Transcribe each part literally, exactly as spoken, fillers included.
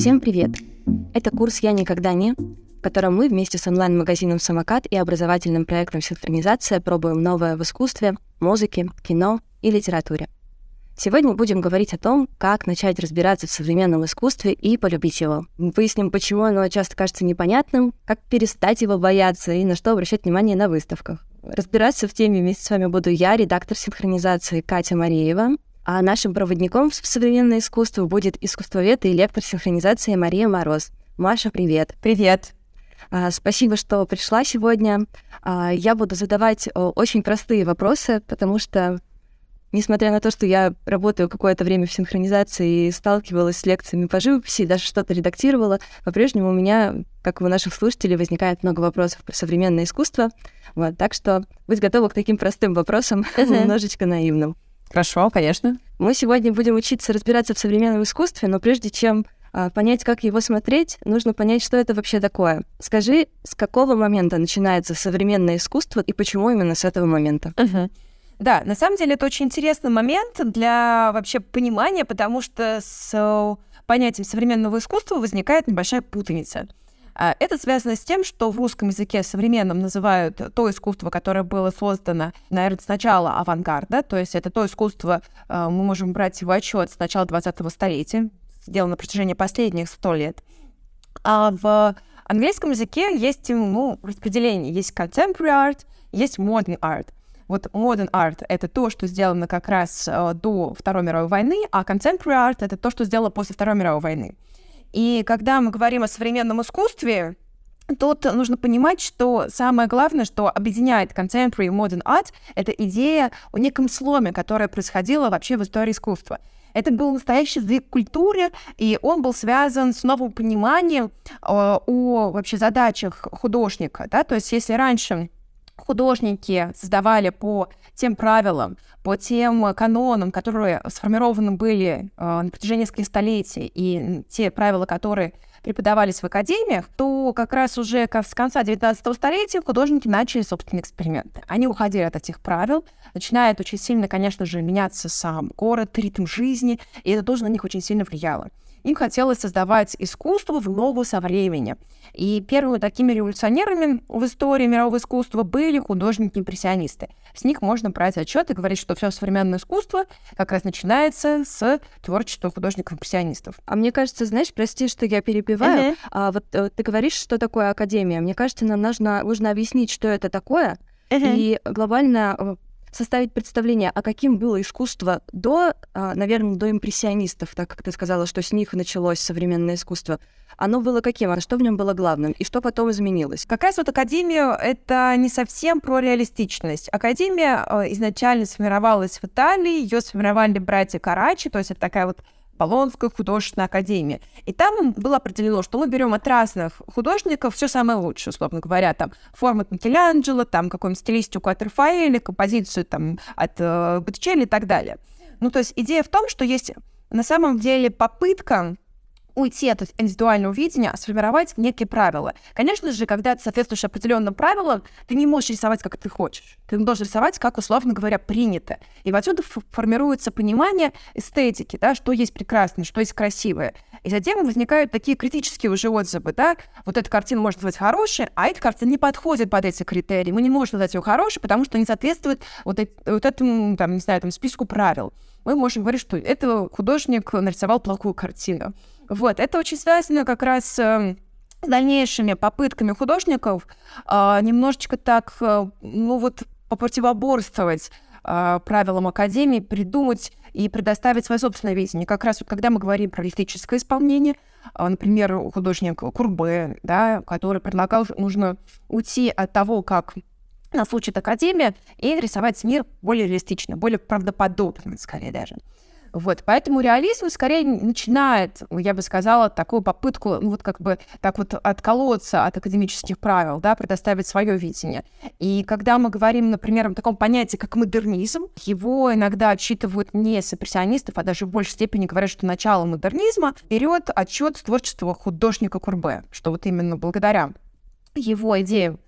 Всем привет! Это курс «Я никогда не», в котором мы вместе с онлайн-магазином «Самокат» и образовательным проектом «Синхронизация» пробуем новое в искусстве, музыке, кино и литературе. Сегодня будем говорить о том, как начать разбираться в современном искусстве и полюбить его. Выясним, почему оно часто кажется непонятным, как перестать его бояться и на что обращать внимание на выставках. Разбираться в теме вместе с вами буду я, редактор «Синхронизации» Катя Мареева, а нашим проводником в современное искусство будет искусствовед и лектор «Синхронизации» Мария Мороз. Маша, привет! Привет! А, спасибо, что пришла сегодня. А, я буду задавать о, очень простые вопросы, потому что, несмотря на то, что я работаю какое-то время в синхронизации и сталкивалась с лекциями по живописи, даже что-то редактировала, по-прежнему у меня, как и у наших слушателей, возникает много вопросов про современное искусство. Вот, так что будь готова к таким простым вопросам, немножечко наивным. Хорошо, конечно. Мы сегодня будем учиться разбираться в современном искусстве, но прежде чем а, понять, как его смотреть, нужно понять, что это вообще такое. Скажи, с какого момента начинается современное искусство и почему именно с этого момента? Uh-huh. Да, на самом деле это очень интересный момент для вообще понимания, потому что с понятием современного искусства возникает небольшая путаница. Это связано с тем, что в русском языке современным называют то искусство, которое было создано, наверное, с начала авангарда, то есть это то искусство, мы можем брать его отчет с начала двадцатого столетия, сделано на протяжении последних сто лет. А в английском языке есть, ну, распределение, есть contemporary art, есть modern art. Вот modern art — это то, что сделано как раз до Второй мировой войны, а contemporary art — это то, что сделано после Второй мировой войны. И когда мы говорим о современном искусстве, тут нужно понимать, что самое главное, что объединяет contemporary и modern art, это идея о неком сломе, которое происходило вообще в истории искусства. Это был настоящий сдвиг культуры, и он был связан с новым пониманием э, о вообще задачах художника. Да? То есть если раньше художники создавали по тем правилам, по тем канонам, которые сформированы были э, на протяжении нескольких столетий, и те правила, которые преподавались в академиях, то как раз уже с конца девятнадцатого столетия художники начали собственные эксперименты. Они уходили от этих правил, начинает очень сильно, конечно же, меняться сам город, ритм жизни, и это тоже на них очень сильно влияло. Им хотелось создавать искусство в ногу со временем. И первыми такими революционерами в истории мирового искусства были художники-импрессионисты. С них можно брать отчет и говорить, что все современное искусство как раз начинается с творчества художников-импрессионистов. А мне кажется, знаешь, прости, что я перебиваю, uh-huh. а вот э, ты говоришь, что такое академия. Мне кажется, нам нужно, нужно объяснить, что это такое, uh-huh. и глобально составить представление, а каким было искусство до, наверное, до импрессионистов, так как ты сказала, что с них началось современное искусство. Оно было каким? А что в нем было главным? И что потом изменилось? Как раз вот академия — это не совсем про реалистичность. Академия изначально сформировалась в Италии, ее сформировали братья Карачи, то есть это такая вот Болонская художественная академия. И там было определено, что мы берем от разных художников все самое лучшее, условно говоря, там форму от Микеланджело, там какую-нибудь стилистику от Рафаэля, композицию там от э, Боттичелли и так далее. Ну, то есть идея в том, что есть на самом деле попытка уйти от индивидуального видения, а сформировать некие правила. Конечно же, когда ты соответствуешь определенным правилам, ты не можешь рисовать, как ты хочешь. Ты должен рисовать, как, условно говоря, принято. И вот отсюда формируется понимание эстетики, да, что есть прекрасное, что есть красивое. И затем возникают такие критические уже отзывы, да, вот эта картина может быть хорошей, а эта картина не подходит под эти критерии. Мы не можем назвать ее хорошей, потому что не соответствует вот, вот этому, там, не знаю, там, списку правил. Мы можем говорить, что это художник нарисовал плохую картину. Вот, это очень связано как раз э, с дальнейшими попытками художников э, немножечко так, э, ну вот, попротивоборствовать э, правилам академии, придумать и предоставить свое собственное видение. Как раз вот когда мы говорим про реалистическое исполнение, э, например, художник Курбе, да, который предлагал, нужно уйти от того, как нас учит академия, и рисовать мир более реалистично, более правдоподобно, скорее даже. Вот, поэтому реализм скорее начинает, я бы сказала, такую попытку, ну, вот как бы так вот отколоться от академических правил, да, предоставить свое видение. И когда мы говорим, например, о таком понятии, как модернизм, его иногда отчитывают не с импрессионистов, а даже в большей степени говорят, что начало модернизма берет отчет творчества художника Курбе, что вот именно благодаря его идеям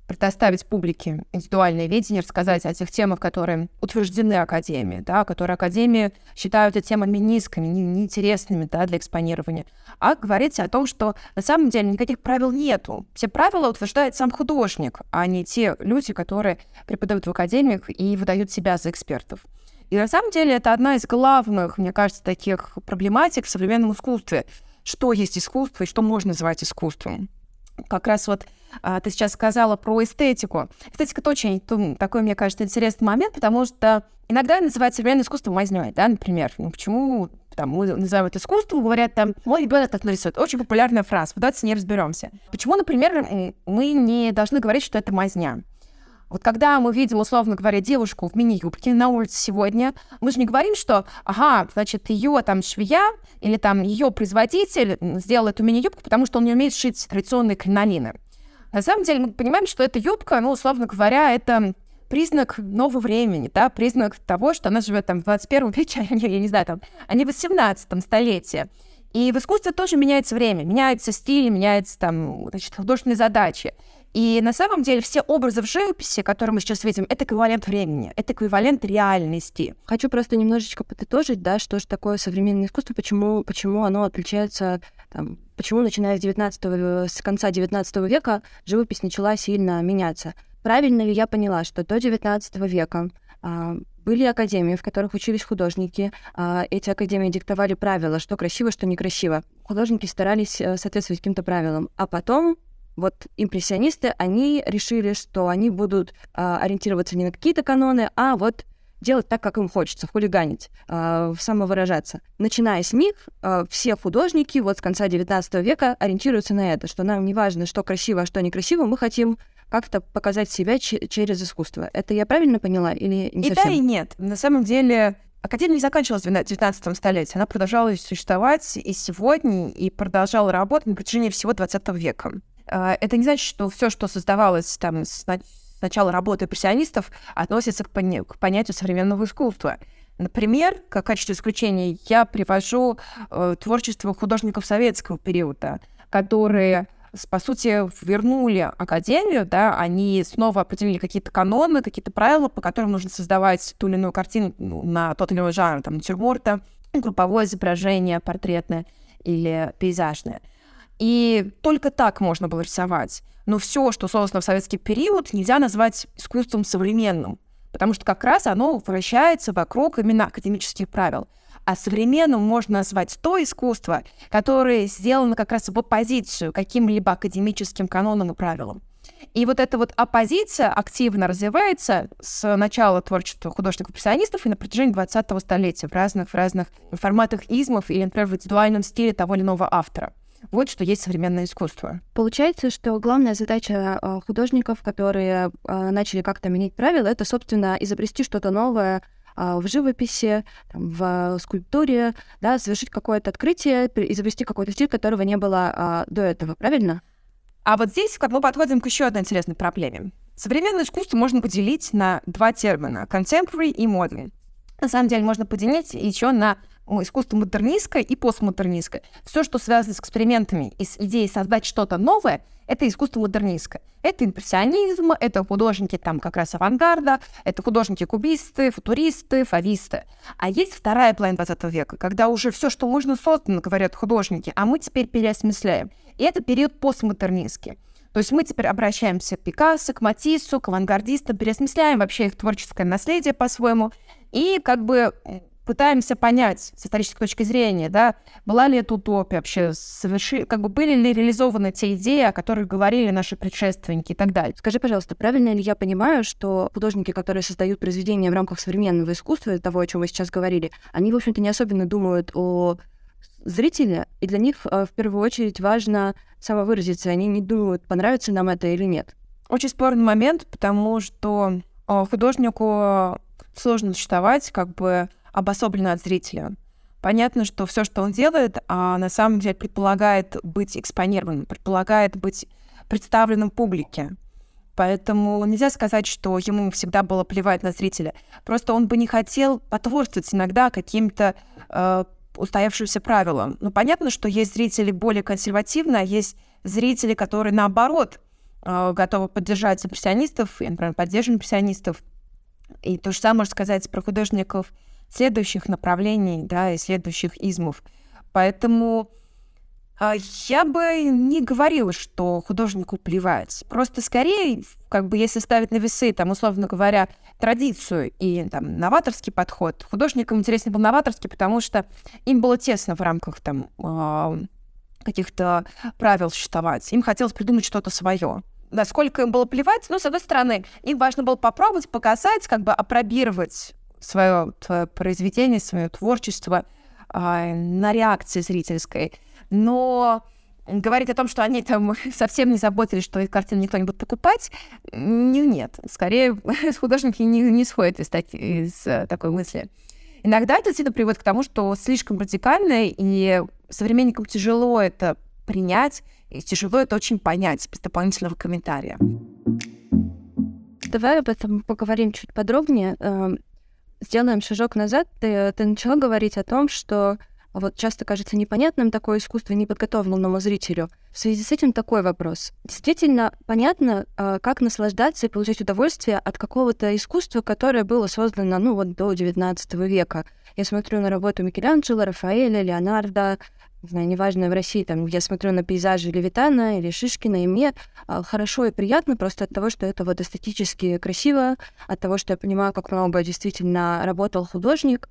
предоставить публике индивидуальное видение, рассказать о тех темах, которые утверждены Академией, да, которые Академия считают темами низкими, не- неинтересными, да, для экспонирования, а говорить о том, что на самом деле никаких правил нету. Все правила утверждает сам художник, а не те люди, которые преподают в академиях и выдают себя за экспертов. И на самом деле это одна из главных, мне кажется, таких проблематик в современном искусстве. Что есть искусство и что можно называть искусством? Как раз вот а, ты сейчас сказала про эстетику. Эстетика — это очень ту- такой, мне кажется, интересный момент, потому что иногда называют современное искусство мазнёй, да, например. Ну, почему там, мы называем это искусством, говорят там, мой ребенок так нарисует. Очень популярная фраза, давайте не разберемся. Почему, например, м, мы не должны говорить, что это мазня? Вот когда мы видим, условно говоря, девушку в мини-юбке на улице сегодня, мы же не говорим, что, ага, значит, ее там швея или там ее производитель сделал эту мини-юбку, потому что он не умеет шить традиционные кринолины. На самом деле мы понимаем, что эта юбка, ну, условно говоря, это признак нового времени, да, признак того, что она живет там в двадцать первом веке, а не, я не знаю, там, а не в восемнадцатом столетии. И в искусстве тоже меняется время, меняется стиль, меняются там, значит, художественные задачи. И на самом деле все образы в живописи, которые мы сейчас видим, это эквивалент времени, это эквивалент реальности. Хочу просто немножечко подытожить, да, что же такое современное искусство, почему, почему оно отличается, там, почему, начиная с девятнадцатого, с конца девятнадцатого века, живопись начала сильно меняться. Правильно ли я поняла, что до девятнадцатого века а, были академии, в которых учились художники, а, эти академии диктовали правила, что красиво, что некрасиво. Художники старались а, соответствовать каким-то правилам, а потом вот импрессионисты, они решили, что они будут а, ориентироваться не на какие-то каноны, а вот делать так, как им хочется, хулиганить, а, самовыражаться. Начиная с них, а, все художники вот с конца девятнадцатого века ориентируются на это, что нам не важно, что красиво, а что некрасиво, мы хотим как-то показать себя ч- через искусство. Это я правильно поняла или не И совсем? да, и нет. На самом деле Академия не заканчивалась в девятнадцатом столетии, она продолжала существовать и сегодня, и продолжала работать на протяжении всего двадцатого века. Это не значит, что все, что создавалось там с начала работы импрессионистов, относится к, поня- к понятию современного искусства. Например, как качество исключения, я привожу э, творчество художников советского периода, которые, по сути, вернули Академию, да, они снова определили какие-то каноны, какие-то правила, по которым нужно создавать ту или иную картину на тот или иной жанр, там, натюрморта, групповое изображение, портретное или пейзажное. И только так можно было рисовать. Но все, что создано в советский период, нельзя назвать искусством современным, потому что как раз оно вращается вокруг именно академических правил. А современным можно назвать то искусство, которое сделано как раз в оппозицию каким-либо академическим канонам и правилам. И вот эта вот оппозиция активно развивается с начала творчества художников-импрессионистов и на протяжении двадцатого столетия в разных, в разных форматах измов или, например, в индивидуальном стиле того или иного автора. Вот что есть современное искусство. Получается, что главная задача э, художников, которые э, начали как-то менять правила, это, собственно, изобрести что-то новое э, в живописи, там, в скульптуре, да, совершить какое-то открытие, изобрести какой-то стиль, которого не было э, до этого, правильно? А вот здесь как мы подходим к еще одной интересной проблеме. Современное искусство можно поделить на два термина — contemporary и modern. На самом деле можно поделить еще на искусство модернистское и постмодернистское. Все, что связано с экспериментами и с идеей создать что-то новое, это искусство модернистское. Это импрессионизм, это художники там как раз авангарда, это художники-кубисты, футуристы, фависты. А есть вторая половина двадцатого века, когда уже все, что можно, создано, говорят художники, а мы теперь переосмысляем. И это период постмодернистский. То есть мы теперь обращаемся к Пикассо, к Матиссу, к авангардистам, переосмысляем вообще их творческое наследие по-своему и как бы пытаемся понять с исторической точки зрения, да, была ли это утопия вообще, соверши... как бы были ли реализованы те идеи, о которых говорили наши предшественники и так далее. Скажи, пожалуйста, правильно ли я понимаю, что художники, которые создают произведения в рамках современного искусства, того, о чем мы сейчас говорили, они, в общем-то, не особенно думают о зрителе, и для них в первую очередь важно самовыразиться, они не думают, понравится нам это или нет? Очень спорный момент, потому что художнику сложно существовать как бы обособленно от зрителя. Понятно, что все, что он делает, а на самом деле предполагает быть экспонированным, предполагает быть представленным публике. Поэтому нельзя сказать, что ему всегда было плевать на зрителя. Просто он бы не хотел потворствовать иногда каким-то э, устоявшимся правилам. Но понятно, что есть зрители более консервативные, а есть зрители, которые, наоборот, э, готова поддержать импрессионистов, я, например, поддерживаю импрессионистов. И то же самое можно сказать про художников следующих направлений, да, и следующих измов. Поэтому э, я бы не говорила, что художнику плевать. Просто скорее, как бы, если ставить на весы, там, условно говоря, традицию и там, новаторский подход, художникам интереснее был новаторский, потому что им было тесно в рамках там, э, каких-то правил существовать. Им хотелось придумать что-то свое. Насколько им было плевать, ну, с одной стороны, им важно было попробовать, показать, как бы опробировать свое, свое произведение, свое творчество э, на реакции зрительской. Но говорить о том, что они там совсем не заботились, что их картину никто не будет покупать, нет. Скорее, художники не, не сходят из, таки, из такой мысли. Иногда это действительно приводит к тому, что слишком радикально, и современникам тяжело это принять, и тяжело это очень понять без дополнительного комментария. Давай об этом поговорим чуть подробнее. Сделаем шажок назад. Ты, ты начала говорить о том, что вот часто кажется непонятным такое искусство неподготовленному зрителю. В связи с этим такой вопрос. Действительно понятно, как наслаждаться и получать удовольствие от какого-то искусства, которое было создано, ну, вот до девятнадцатого века. Я смотрю на работу Микеланджело, Рафаэля, Леонардо, не знаю, неважно, в России, там, я смотрю на пейзажи Левитана или Шишкина, и мне хорошо и приятно просто от того, что это вот эстетически красиво, от того, что я понимаю, как много действительно работал художник.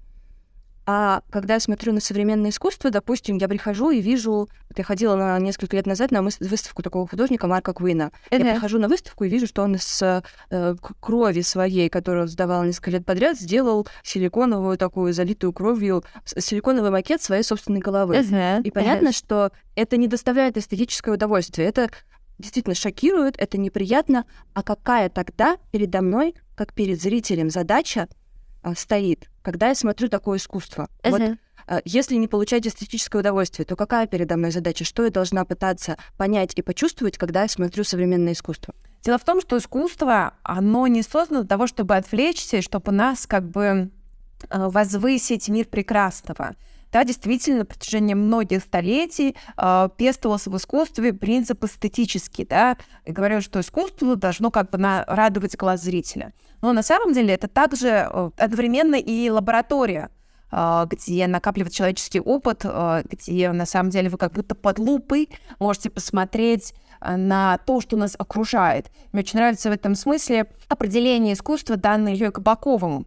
А когда я смотрю на современное искусство, допустим, я прихожу и вижу... Вот я ходила на несколько лет назад на выставку такого художника Марка Куина. Uh-huh. Я прихожу на выставку и вижу, что он из э, крови своей, которую он сдавал несколько лет подряд, сделал силиконовую такую, залитую кровью, силиконовый макет своей собственной головы. Uh-huh. И понятно, uh-huh. что это не доставляет эстетическое удовольствие. Это действительно шокирует, это неприятно. А какая тогда передо мной, как перед зрителем, задача стоит, когда я смотрю такое искусство? Uh-huh. Вот, э, если не получать эстетическое удовольствие, то какая передо мной задача? Что я должна пытаться понять и почувствовать, когда я смотрю современное искусство? Дело в том, что искусство, оно не создано для того, чтобы отвлечься, и чтобы нас как бы возвысить мир прекрасного. Да, действительно, на протяжении многих столетий э, пестовался в искусстве принцип эстетический, да, и говорил, что искусство должно как бы на, радовать глаз зрителя. Но на самом деле это также э, одновременно и лаборатория, э, где накапливается человеческий опыт, э, где на самом деле вы как будто под лупой можете посмотреть э, на то, что нас окружает. Мне очень нравится в этом смысле определение искусства, данное Ильей Кабаковым,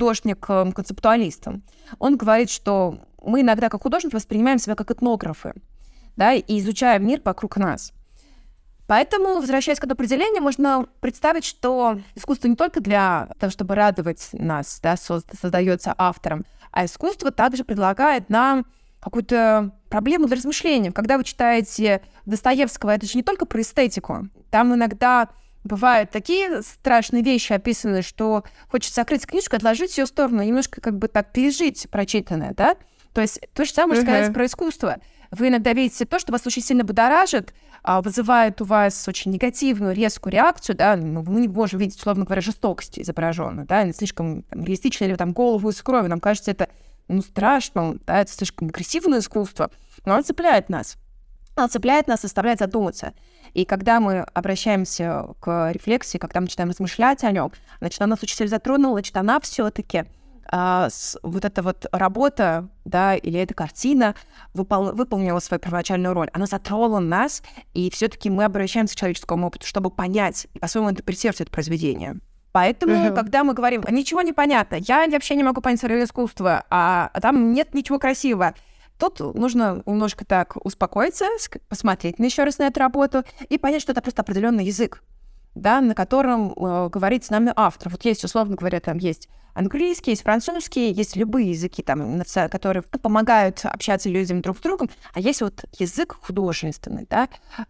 художник-концептуалистом. Он говорит, что мы иногда как художники воспринимаем себя как этнографы, да, и изучаем мир вокруг нас. Поэтому, возвращаясь к этому определению, можно представить, что искусство не только для того, чтобы радовать нас, да, создается автором, а искусство также предлагает нам какую-то проблему для размышления. Когда вы читаете Достоевского, это же не только про эстетику. Там иногда бывают такие страшные вещи описаны, что хочется закрыть книжку, отложить ее в сторону, немножко как бы так пережить прочитанное, да? То есть то же самое можно uh-huh. сказать про искусство. Вы иногда видите то, что вас очень сильно будоражит, вызывает у вас очень негативную, резкую реакцию, да, мы не можем видеть, условно говоря, жестокость изображенную, да, слишком там, реалистично или там голову из крови, нам кажется, это, ну, страшно, да, это слишком агрессивное искусство, но оно цепляет нас. Оно цепляет нас, заставляет задуматься. И когда мы обращаемся к рефлексии, когда мы начинаем размышлять о нем, значит, она нас очень сильно затронула, значит, она все-таки а, с, вот эта вот работа, да, или эта картина выпол- выполнила свою первоначальную роль. Она затронула нас, и все-таки мы обращаемся к человеческому опыту, чтобы понять и по-своему интерпретировать это произведение. Поэтому, uh-huh. когда мы говорим, ничего не понятно, я вообще не могу понять свое искусство, а там нет ничего красивого, тут нужно немножко так успокоиться, посмотреть еще раз на эту работу и понять, что это просто определенный язык, да, на котором э, говорит с нами автор. Вот есть, условно говоря, там есть английский, есть французский, есть любые языки, там, которые помогают общаться людям друг с другом, а есть вот язык художественный, да,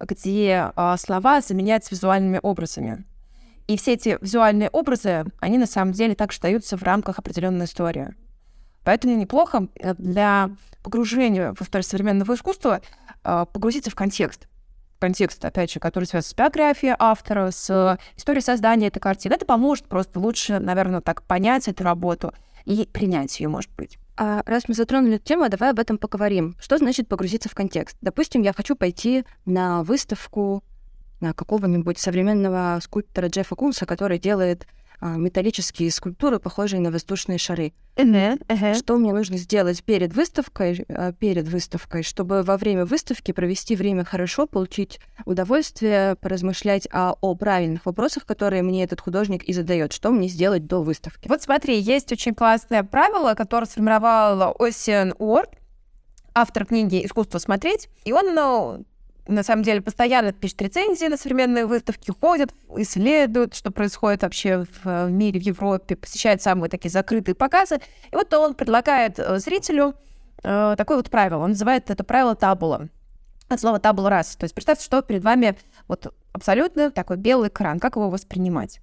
где э, слова заменяются визуальными образами. И все эти визуальные образы, они на самом деле также даются в рамках определенной истории. Поэтому неплохо для погружения в историю современного искусства погрузиться в контекст. Контекст, опять же, который связан с биографией автора, с историей создания этой картины. Это поможет просто лучше, наверное, так понять эту работу и принять ее, может быть. А раз мы затронули эту тему, давай об этом поговорим. Что значит погрузиться в контекст? Допустим, я хочу пойти на выставку какого-нибудь современного скульптора Джеффа Кунса, который делает металлические скульптуры, похожие на воздушные шары. Uh-huh, uh-huh. Что мне нужно сделать перед выставкой, перед выставкой, чтобы во время выставки провести время хорошо, получить удовольствие, поразмышлять о, о правильных вопросах, которые мне этот художник и задает. Что мне сделать до выставки? Вот смотри, есть очень классное правило, которое сформировал Осиан Уорд, автор книги «Искусство смотреть», и он, ну, на самом деле, постоянно пишет рецензии на современные выставки, ходит, исследует, что происходит вообще в мире, в Европе, посещает самые такие закрытые показы. И вот он предлагает зрителю э, такое вот правило. Он называет это правило табула. От слова табула раса. То есть представьте, что перед вами вот абсолютно такой белый экран. Как его воспринимать?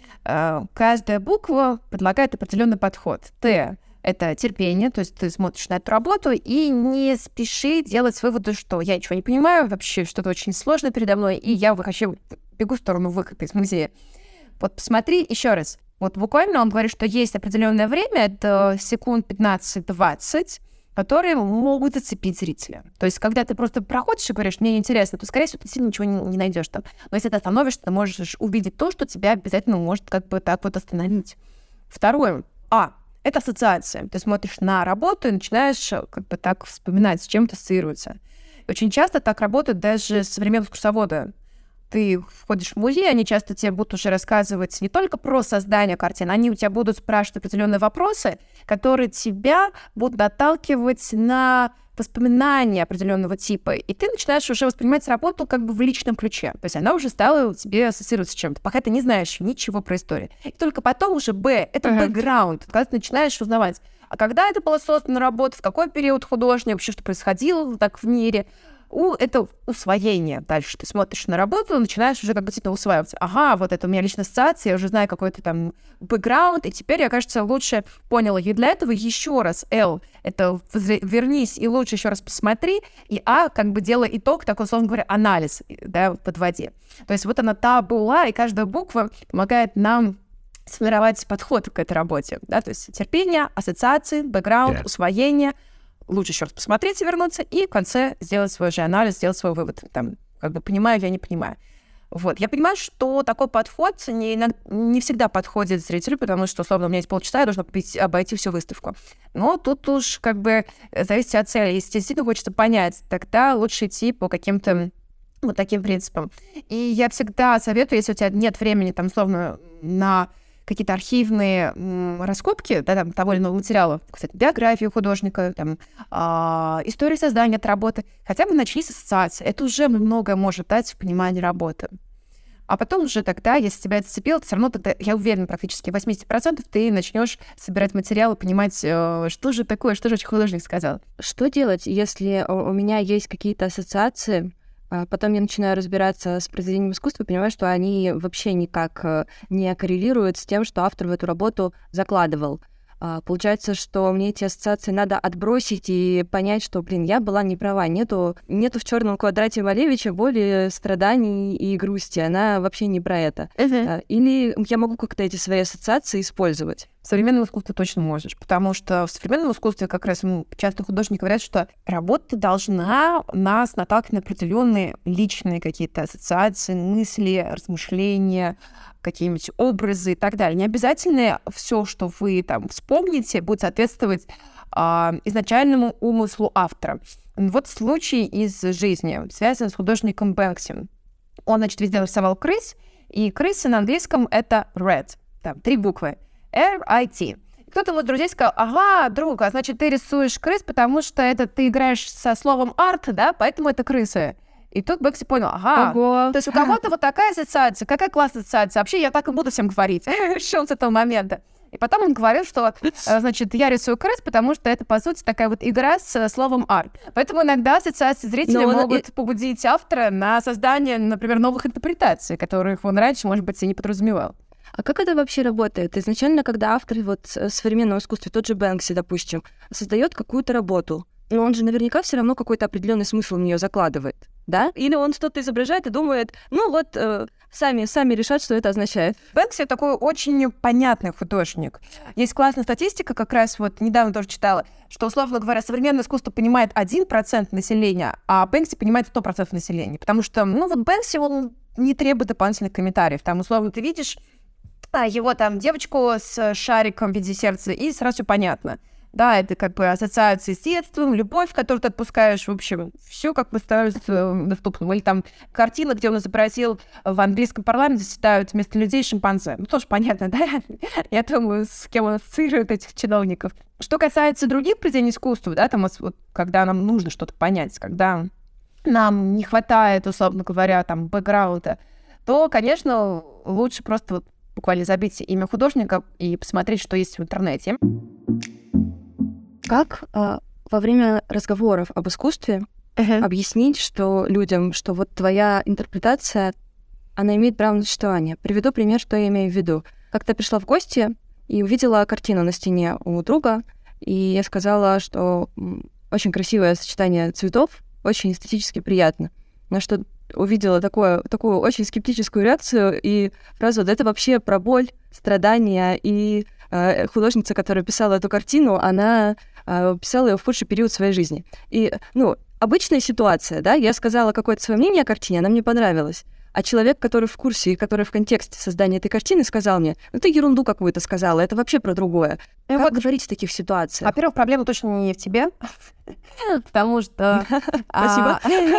Э, каждая буква предлагает определенный подход. Т — это терпение, то есть ты смотришь на эту работу и не спеши делать выводы, что я ничего не понимаю, вообще что-то очень сложное передо мной, и я вообще бегу в сторону выхода из музея. Вот посмотри еще раз. Вот буквально он говорит, что есть определенное время, это секунд пятнадцать-двадцать, которые могут зацепить зрителя. То есть когда ты просто проходишь и говоришь, мне неинтересно, то, скорее всего, ты сильно ничего не, не найдешь там. Но если ты остановишься, ты можешь увидеть то, что тебя обязательно может как бы так вот остановить. Второе. А. Это ассоциация. Ты смотришь на работу и начинаешь как бы так вспоминать, с чем это ассоциируется. Очень часто так работают даже современные экскурсоводы. Ты входишь в музей, они часто тебе будут уже рассказывать не только про создание картин, они у тебя будут спрашивать определенные вопросы, которые тебя будут наталкивать на воспоминания определенного типа, и ты начинаешь уже воспринимать работу как бы в личном ключе. То есть она уже стала у тебя ассоциироваться с чем-то, пока ты не знаешь ничего про историю. И только потом уже Б, это uh-huh. бэкграунд, когда ты начинаешь узнавать, а когда это была создана работа, в какой период художника, вообще что происходило так в мире. У, это усвоение. Дальше ты смотришь на работу, начинаешь уже как бы действительно усваивать. Ага, вот это у меня личная ассоциация, я уже знаю какой-то там бэкграунд, и теперь я, кажется, лучше поняла. И для этого еще раз Л, это вернись и лучше еще раз посмотри, и А, как бы делай итог, такой, условно говоря, анализ, да, подводи. То есть вот она табула, и каждая буква помогает нам сформировать подход к этой работе, да, то есть терпение, ассоциации, бэкграунд, yeah. усвоение. Лучше еще раз посмотреть и вернуться, и в конце сделать свой же анализ, сделать свой вывод. Там, как бы понимаю, я не понимаю. Вот. Я понимаю, что такой подход не, не всегда подходит зрителю, потому что, условно, у меня есть полчаса, я должна обойти всю выставку. Но тут уж как бы зависит от цели. Если действительно хочется понять, тогда лучше идти по каким-то вот таким принципам. И я всегда советую, если у тебя нет времени, там, условно, на какие-то архивные м, раскопки, да, там, того или иного материала, кстати, биографию художника, там, а, историю создания этой работы, хотя бы начни с ассоциации. Это уже многое может дать в понимании работы. А потом уже тогда, если тебя это зацепило, то все равно тогда, я уверена, практически восемьдесят процентов ты начнешь собирать материал и понимать, что же такое, что же художник сказал. Что делать, если у меня есть какие-то ассоциации, потом я начинаю разбираться с произведением искусства, понимаю, что они вообще никак не коррелируют с тем, что автор в эту работу закладывал. Получается, что мне эти ассоциации надо отбросить и понять, что, блин, я была не права. Нету, нету в черном квадрате Малевича боли, страданий и грусти. Она вообще не про это. Uh-huh. Или я могу как-то эти свои ассоциации использовать? В современном искусстве точно можешь, потому что в современном искусстве как раз часто художники говорят, что работа должна нас наталкивать на определенные личные какие-то ассоциации, мысли, размышления, какие-нибудь образы и так далее. Не обязательно все, что вы там вспомните, будет соответствовать а, изначальному умыслу автора. Вот случай из жизни, связан с художником Бэнкси. Он, значит, везде рисовал крыс, и крысы на английском это rat, там три буквы. эр ай ти. Кто-то из друзей сказал, ага, друг, а значит, ты рисуешь крыс, потому что это ты играешь со словом арт, да, поэтому это крысы. И тут Бэнкси понял, ага, Ого. То есть у кого-то вот такая ассоциация, какая классная ассоциация. Вообще я так и буду всем говорить. Решил с этого момента. И потом он говорил, что, значит, я рисую крыс, потому что это, по сути, такая вот игра с словом арт. Поэтому иногда ассоциации зрителей Но могут и... побудить автора на создание, например, новых интерпретаций, которых он раньше, может быть, и не подразумевал. А как это вообще работает? Изначально, когда автор вот современного искусства, тот же Бэнкси, допустим, создает какую-то работу, но он же наверняка все равно какой-то определенный смысл в нее закладывает, да? Или он что-то изображает и думает, ну вот, э, сами, сами решат, что это означает. Бэнкси такой очень понятный художник. Есть классная статистика, как раз вот недавно тоже читала, что, условно говоря, современное искусство понимает один процент населения, а Бэнкси понимает сто процентов населения. Потому что, ну вот Бэнкси, он не требует дополнительных комментариев. Там, условно, ты видишь а, его там девочку с шариком в виде сердца, и сразу все понятно. Да, это как бы ассоциации с детством, любовь, которую ты отпускаешь, в общем, все как бы становится доступным. Или там картина, где он изобразил в английском парламенте заседают вместо людей шимпанзе. Ну, тоже понятно, да? Я думаю, с кем он ассоциирует этих чиновников. Что касается других произведений искусства, да, там вот, когда нам нужно что-то понять, когда нам не хватает, условно говоря, там, бэкграунда, то, конечно, лучше просто вот буквально забить имя художника и посмотреть, что есть в интернете. Как э, во время разговоров об искусстве uh-huh. объяснить, что людям, что вот твоя интерпретация, она имеет право на существование? Приведу пример, что я имею в виду. Как-то пришла в гости и увидела картину на стене у друга, и я сказала, что очень красивое сочетание цветов, очень эстетически приятно. На что увидела такое, такую очень скептическую реакцию и фразу: да это вообще про боль, страдания, и э, художница, которая писала эту картину, она э, писала ее в худший период своей жизни. И, ну, обычная ситуация, да, я сказала какое-то свое мнение о картине, она мне понравилась. А человек, который в курсе и который в контексте создания этой картины, сказал мне: ну ты ерунду какую-то сказала, это вообще про другое. Как вот говорить в таких ситуациях? Во-первых, проблема точно не в тебе, потому что... Спасибо.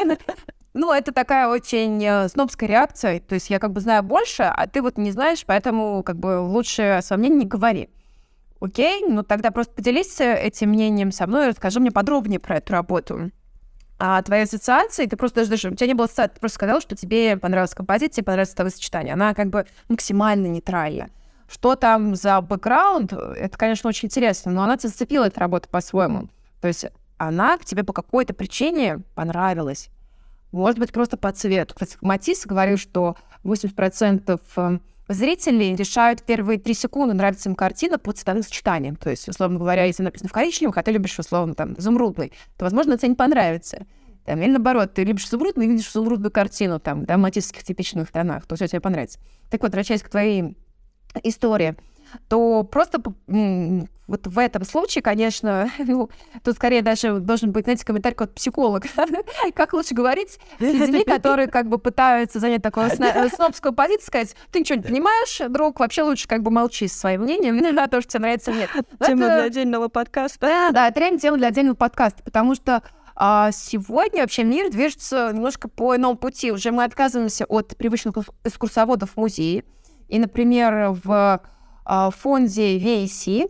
Ну, это такая очень э, снобская реакция. То есть я как бы знаю больше, а ты вот не знаешь, поэтому как бы лучше о своем мнении не говори. Окей? Ну, тогда просто поделись этим мнением со мной и расскажи мне подробнее про эту работу. А твоя ассоциация, ты просто даже... У тебя не было ассоциации, ты просто сказала, что тебе понравилась композиция, понравилось цветовое сочетание. Она как бы максимально нейтральна. Что там за бэкграунд, это, конечно, очень интересно, но она тебя зацепила, эта работа, по-своему. То есть она к тебе по какой-то причине понравилась. Может быть, просто по цвету. Кстати, Матисс говорил, что восемьдесят процентов зрителей решают первые три секунды, нравится им картина по цветовым сочетаниям. То есть, условно говоря, если написано в коричневых, а ты любишь, условно, там, изумрудный, то, возможно, тебе не понравится. Там, или наоборот, ты любишь изумрудный и видишь изумрудную картину, там, да, в матиссовских типичных тонах, то все тебе понравится. Так вот, возвращаясь к твоей истории, то просто м- вот в этом случае, конечно, ну, тут скорее даже должен быть, знаете, комментарий как психолог. Как лучше говорить с людьми, которые как бы пытаются занять такую снобскую позицию, сказать: ты ничего не понимаешь, друг, вообще лучше как бы молчи со своим мнением, на то, что тебе нравится, нет. Тема для отдельного подкаста. Да, это реально тема для отдельного подкаста, потому что а сегодня вообще мир движется немножко по иному пути. Уже мы отказываемся от привычных экскурсоводов в музее. И, например, в в фонде ви эй си,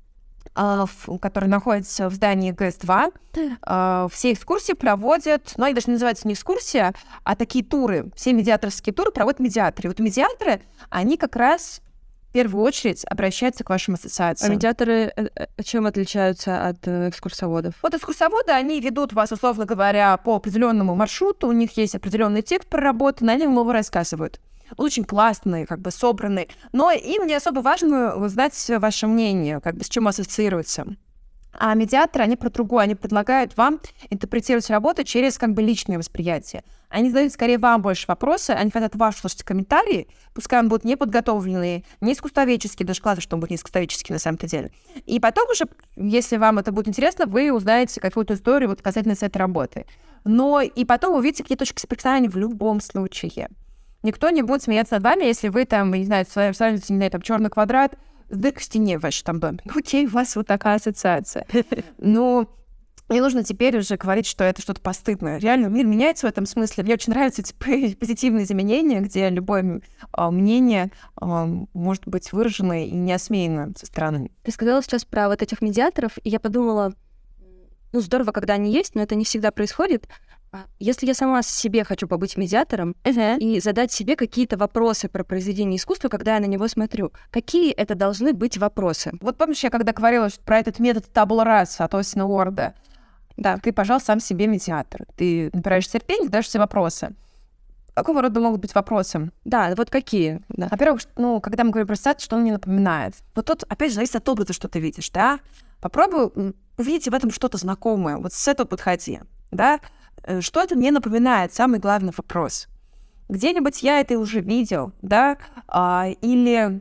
который находится в здании гэ эс два, все экскурсии проводят, ну, они даже не называются не экскурсия, а такие туры. Все медиаторские туры проводят медиаторы. И вот медиаторы, они как раз в первую очередь обращаются к вашим ассоциациям. А медиаторы чем отличаются от экскурсоводов? Вот экскурсоводы, они ведут вас, условно говоря, по определенному маршруту, у них есть определенный текст проработанный, они вам его рассказывают. Очень классные, как бы собранные, но им не особо важно узнать ваше мнение, как бы с чем ассоциируется. А медиаторы, они про другое, они предлагают вам интерпретировать работу через как бы личное восприятие. Они задают скорее вам больше вопросы, они хотят ваши слушать комментарии, пускай они будут неподготовленные, не искусствоведческие, даже классно, что он будет не искусствоведческий на самом-то деле. И потом уже, если вам это будет интересно, вы узнаете какую-то историю вот касательно этой работы. Но и потом увидите какие точки соприкосновения в любом случае. Никто не будет смеяться над вами, если вы там, не знаю, ставите, не знаю, там, черный квадрат с дыркой в стене в вашем там доме. Ну, окей, у вас вот такая ассоциация. Ну, не нужно теперь уже говорить, что это что-то постыдное. Реально, мир меняется в этом смысле. Мне очень нравятся эти позитивные изменения, где любое а, мнение а, может быть выражено и не осмеяно со стороны. Ты сказала сейчас про вот этих медиаторов, и я подумала, ну, здорово, когда они есть, но это не всегда происходит. Если я сама себе хочу побыть медиатором uh-huh. и задать себе какие-то вопросы про произведение искусства, когда я на него смотрю, какие это должны быть вопросы? Вот помнишь, я когда говорила про этот метод табула раса от Остина Уорда, да, ты, пожалуйста, сам себе медиатор. Ты набираешь терпение, даешь себе вопросы. Какого рода могут быть вопросы? Да, вот какие? Да. Во-первых, ну, когда мы говорим про ассоциацию, что он мне напоминает? Вот тут, опять же, зависит от образа, что ты видишь, да? Попробуй увидеть в этом что-то знакомое. Вот с этого подходи, да? Что это мне напоминает? Самый главный вопрос. Где-нибудь я это уже видел, да? А, или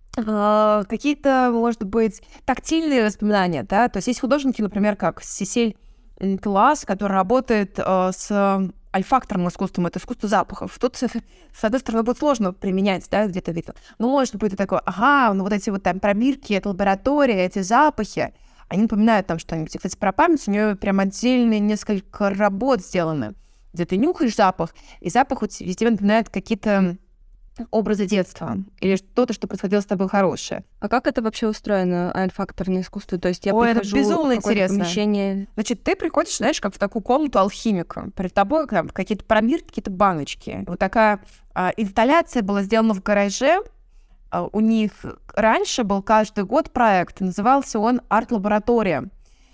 а, какие-то, может быть, тактильные воспоминания, да? То есть есть художники, например, как Сесиль Класс, который работает а, с альфакторным искусством, это искусство запахов. Тут, с одной стороны, будет сложно применять, да, где-то видно. Но может быть такое, ага, ну вот эти вот там пробирки, это лаборатория, эти запахи, они напоминают там что-нибудь. И, кстати, про память у нее прям отдельные несколько работ сделаны, где ты нюхаешь запах, и запах вот везде напоминает какие-то образы детства или что-то, что происходило с тобой хорошее. А как это вообще устроено, альфакторное искусство? То есть я Ой, прихожу это безумно в какое-то интересно. помещение... Значит, ты приходишь, знаешь, как в такую комнату алхимика. Перед тобой там, какие-то пробирки, какие-то баночки. Вот такая а, инсталляция была сделана в гараже. А, у них раньше был каждый год проект, назывался он «Арт-лаборатория».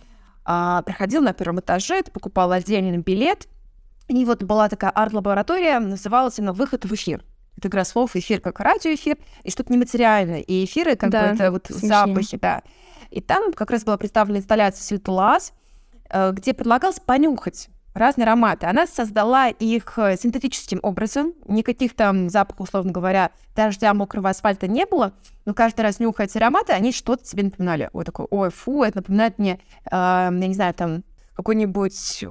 А, приходил на первом этаже, ты покупал отдельный билет, и вот была такая арт-лаборатория, называлась она «Выход в эфир». Это игра слов, эфир как радиоэфир, и что-то нематериальное. И эфиры, как да, бы, это вот смещение. запахи, да. И там как раз была представлена инсталляция «Светлаз», где предлагалось понюхать разные ароматы. Она создала их синтетическим образом. Никаких там запахов, условно говоря, дождя, мокрого асфальта не было. Но каждый раз нюхая эти ароматы, они что-то тебе напоминали. Ой, такой, ой, фу, это напоминает мне, э, я не знаю, там, какой-нибудь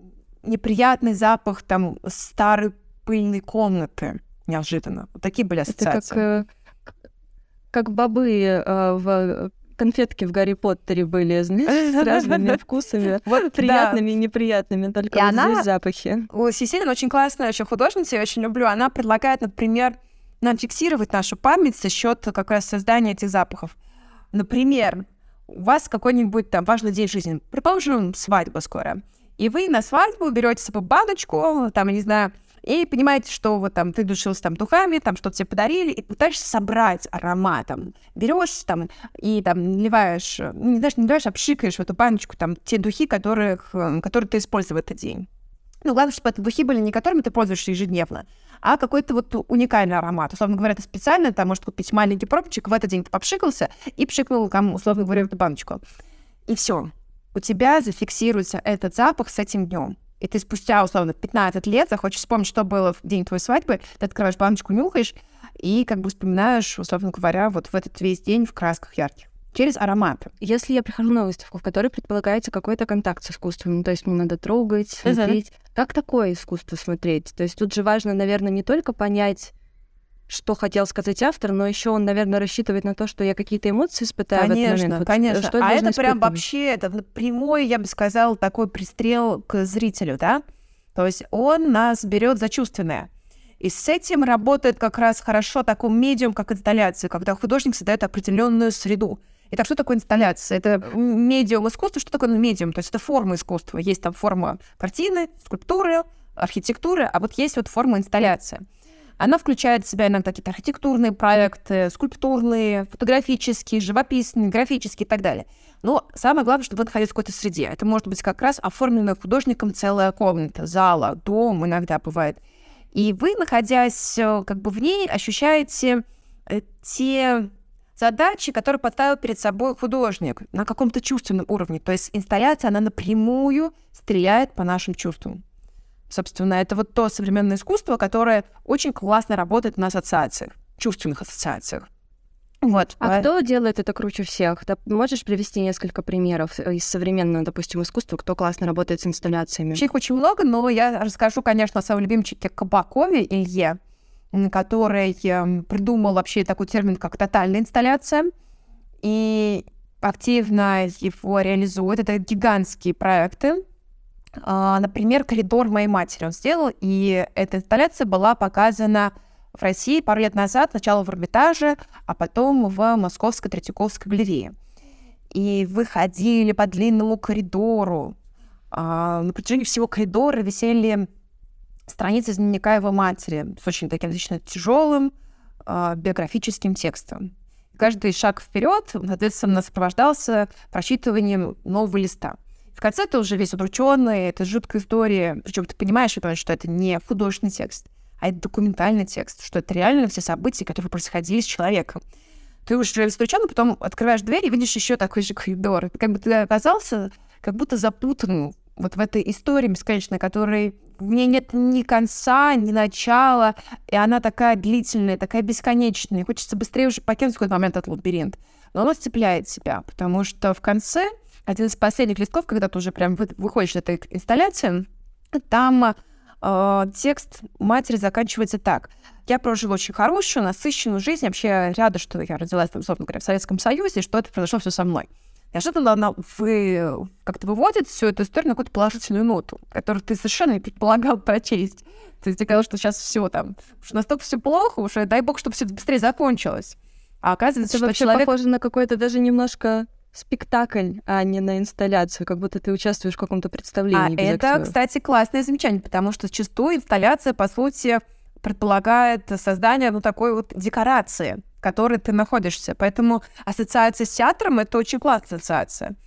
неприятный запах там старой пыльной комнаты. Неожиданно. Вот такие были ассоциации. Это как, э, как бобы э, в конфетке в Гарри Поттере были, знаешь, с разными вкусами, вот, приятными да. и неприятными, только и вот она, здесь запахи. Сесилия очень классная еще художница, я очень люблю. Она предлагает, например, нам фиксировать нашу память за счет как раз создания этих запахов. Например, у вас какой-нибудь там важный день жизни, предположим, свадьба скоро, и вы на свадьбу берете с собой баночку, там, я не знаю, и понимаете, что вот там ты душился там духами, там что-то тебе подарили, и пытаешься собрать ароматом. Берешь там и там наливаешь, ну, не знаешь, не наливаешь, а пшикаешь в эту баночку там те духи, которых, которые ты использовал в этот день. Ну, главное, чтобы это духи были не которыми ты пользуешься ежедневно, а какой-то вот уникальный аромат. Условно говоря, ты специально там можешь купить маленький пробничек, в этот день ты попшикался и пшикнул, там, условно говоря, в эту баночку. И все. У тебя зафиксируется этот запах с этим днем. И ты спустя, условно, пятнадцать лет захочешь вспомнить, что было в день твоей свадьбы, ты открываешь баночку, нюхаешь, и как бы вспоминаешь, условно говоря, вот в этот весь день в красках ярких. Через ароматы. Если я прихожу на выставку, в которой предполагается какой-то контакт с искусством, то есть мне надо трогать, смотреть, uh-huh. как такое искусство смотреть? То есть тут же важно, наверное, не только понять, что хотел сказать автор, но еще он, наверное, рассчитывает на то, что я какие-то эмоции испытаю конечно, в этот момент. Вот конечно, что а это испытывать? прям вообще, это напрямую, я бы сказала, такой пристрел к зрителю, да? То есть он нас берет за чувственное. И с этим работает как раз хорошо такой медиум, как инсталляция, когда художник создает определенную среду. Итак, что такое инсталляция? Это медиум искусства. Что такое медиум? То есть это форма искусства. Есть там форма картины, скульптуры, архитектуры, а вот есть вот форма инсталляции. Она включает в себя иногда какие-то архитектурные проекты, скульптурные, фотографические, живописные, графические и так далее. Но самое главное, чтобы вы находились в какой-то среде. Это может быть как раз оформленная художником целая комната, зала, дом иногда бывает. И вы, находясь как бы в ней, ощущаете те задачи, которые поставил перед собой художник на каком-то чувственном уровне. То есть инсталляция, она напрямую стреляет по нашим чувствам. Собственно, это вот то современное искусство, которое очень классно работает на ассоциациях, чувственных ассоциациях. Вот. А кто делает это круче всех? Да, можешь привести несколько примеров из современного, допустим, искусства, кто классно работает с инсталляциями? Вообще их очень много, но я расскажу, конечно, о своем любимчике Кабакове Илье, который придумал вообще такой термин, как тотальная инсталляция, и активно его реализует. Это гигантские проекты. Например, «Коридор моей матери» он сделал, и эта инсталляция была показана в России пару лет назад, сначала в Эрмитаже, а потом в Московской Третьяковской галерее. И вы ходили по длинному коридору. На протяжении всего коридора висели страницы из дневника его матери с очень таким достаточно тяжелым биографическим текстом. И каждый шаг вперед, соответственно, сопровождался прочитыванием нового листа. В конце ты уже весь удрученный, это жуткая история, причем ты понимаешь, что это не художественный текст, а это документальный текст, что это реально все события, которые происходили с человеком. Ты уже весь удрученный, потом открываешь дверь и видишь еще такой же коридор. Как бы ты оказался как будто запутанным вот в этой истории бесконечной, которой в ней нет ни конца, ни начала, и она такая длительная, такая бесконечная. И хочется быстрее уже покинуть в какой-то момент этот лабиринт. Но оно цепляет себя, потому что в конце один из последних листков, когда ты уже прям выходишь из этой инсталляции, там э, текст матери заканчивается так. Я прожила очень хорошую, насыщенную жизнь. Вообще рада, что я родилась, там, условно говоря, в Советском Союзе, и что это произошло все со мной. Неожиданно она вы, как-то выводит всю эту историю на какую-то положительную ноту, которую ты совершенно не предполагал прочесть. То есть ты казалось, что сейчас все там, что настолько все плохо, уже дай бог, чтобы все быстрее закончилось. А оказывается, это что человек... похоже на какой-то даже немножко спектакль, а не на инсталляцию, как будто ты участвуешь в каком-то представлении. А это, актера. Кстати, классное замечание, потому что зачастую инсталляция, по сути, предполагает создание, ну, такой вот декорации, в которой ты находишься. Поэтому ассоциация с театром — это очень классная ассоциация.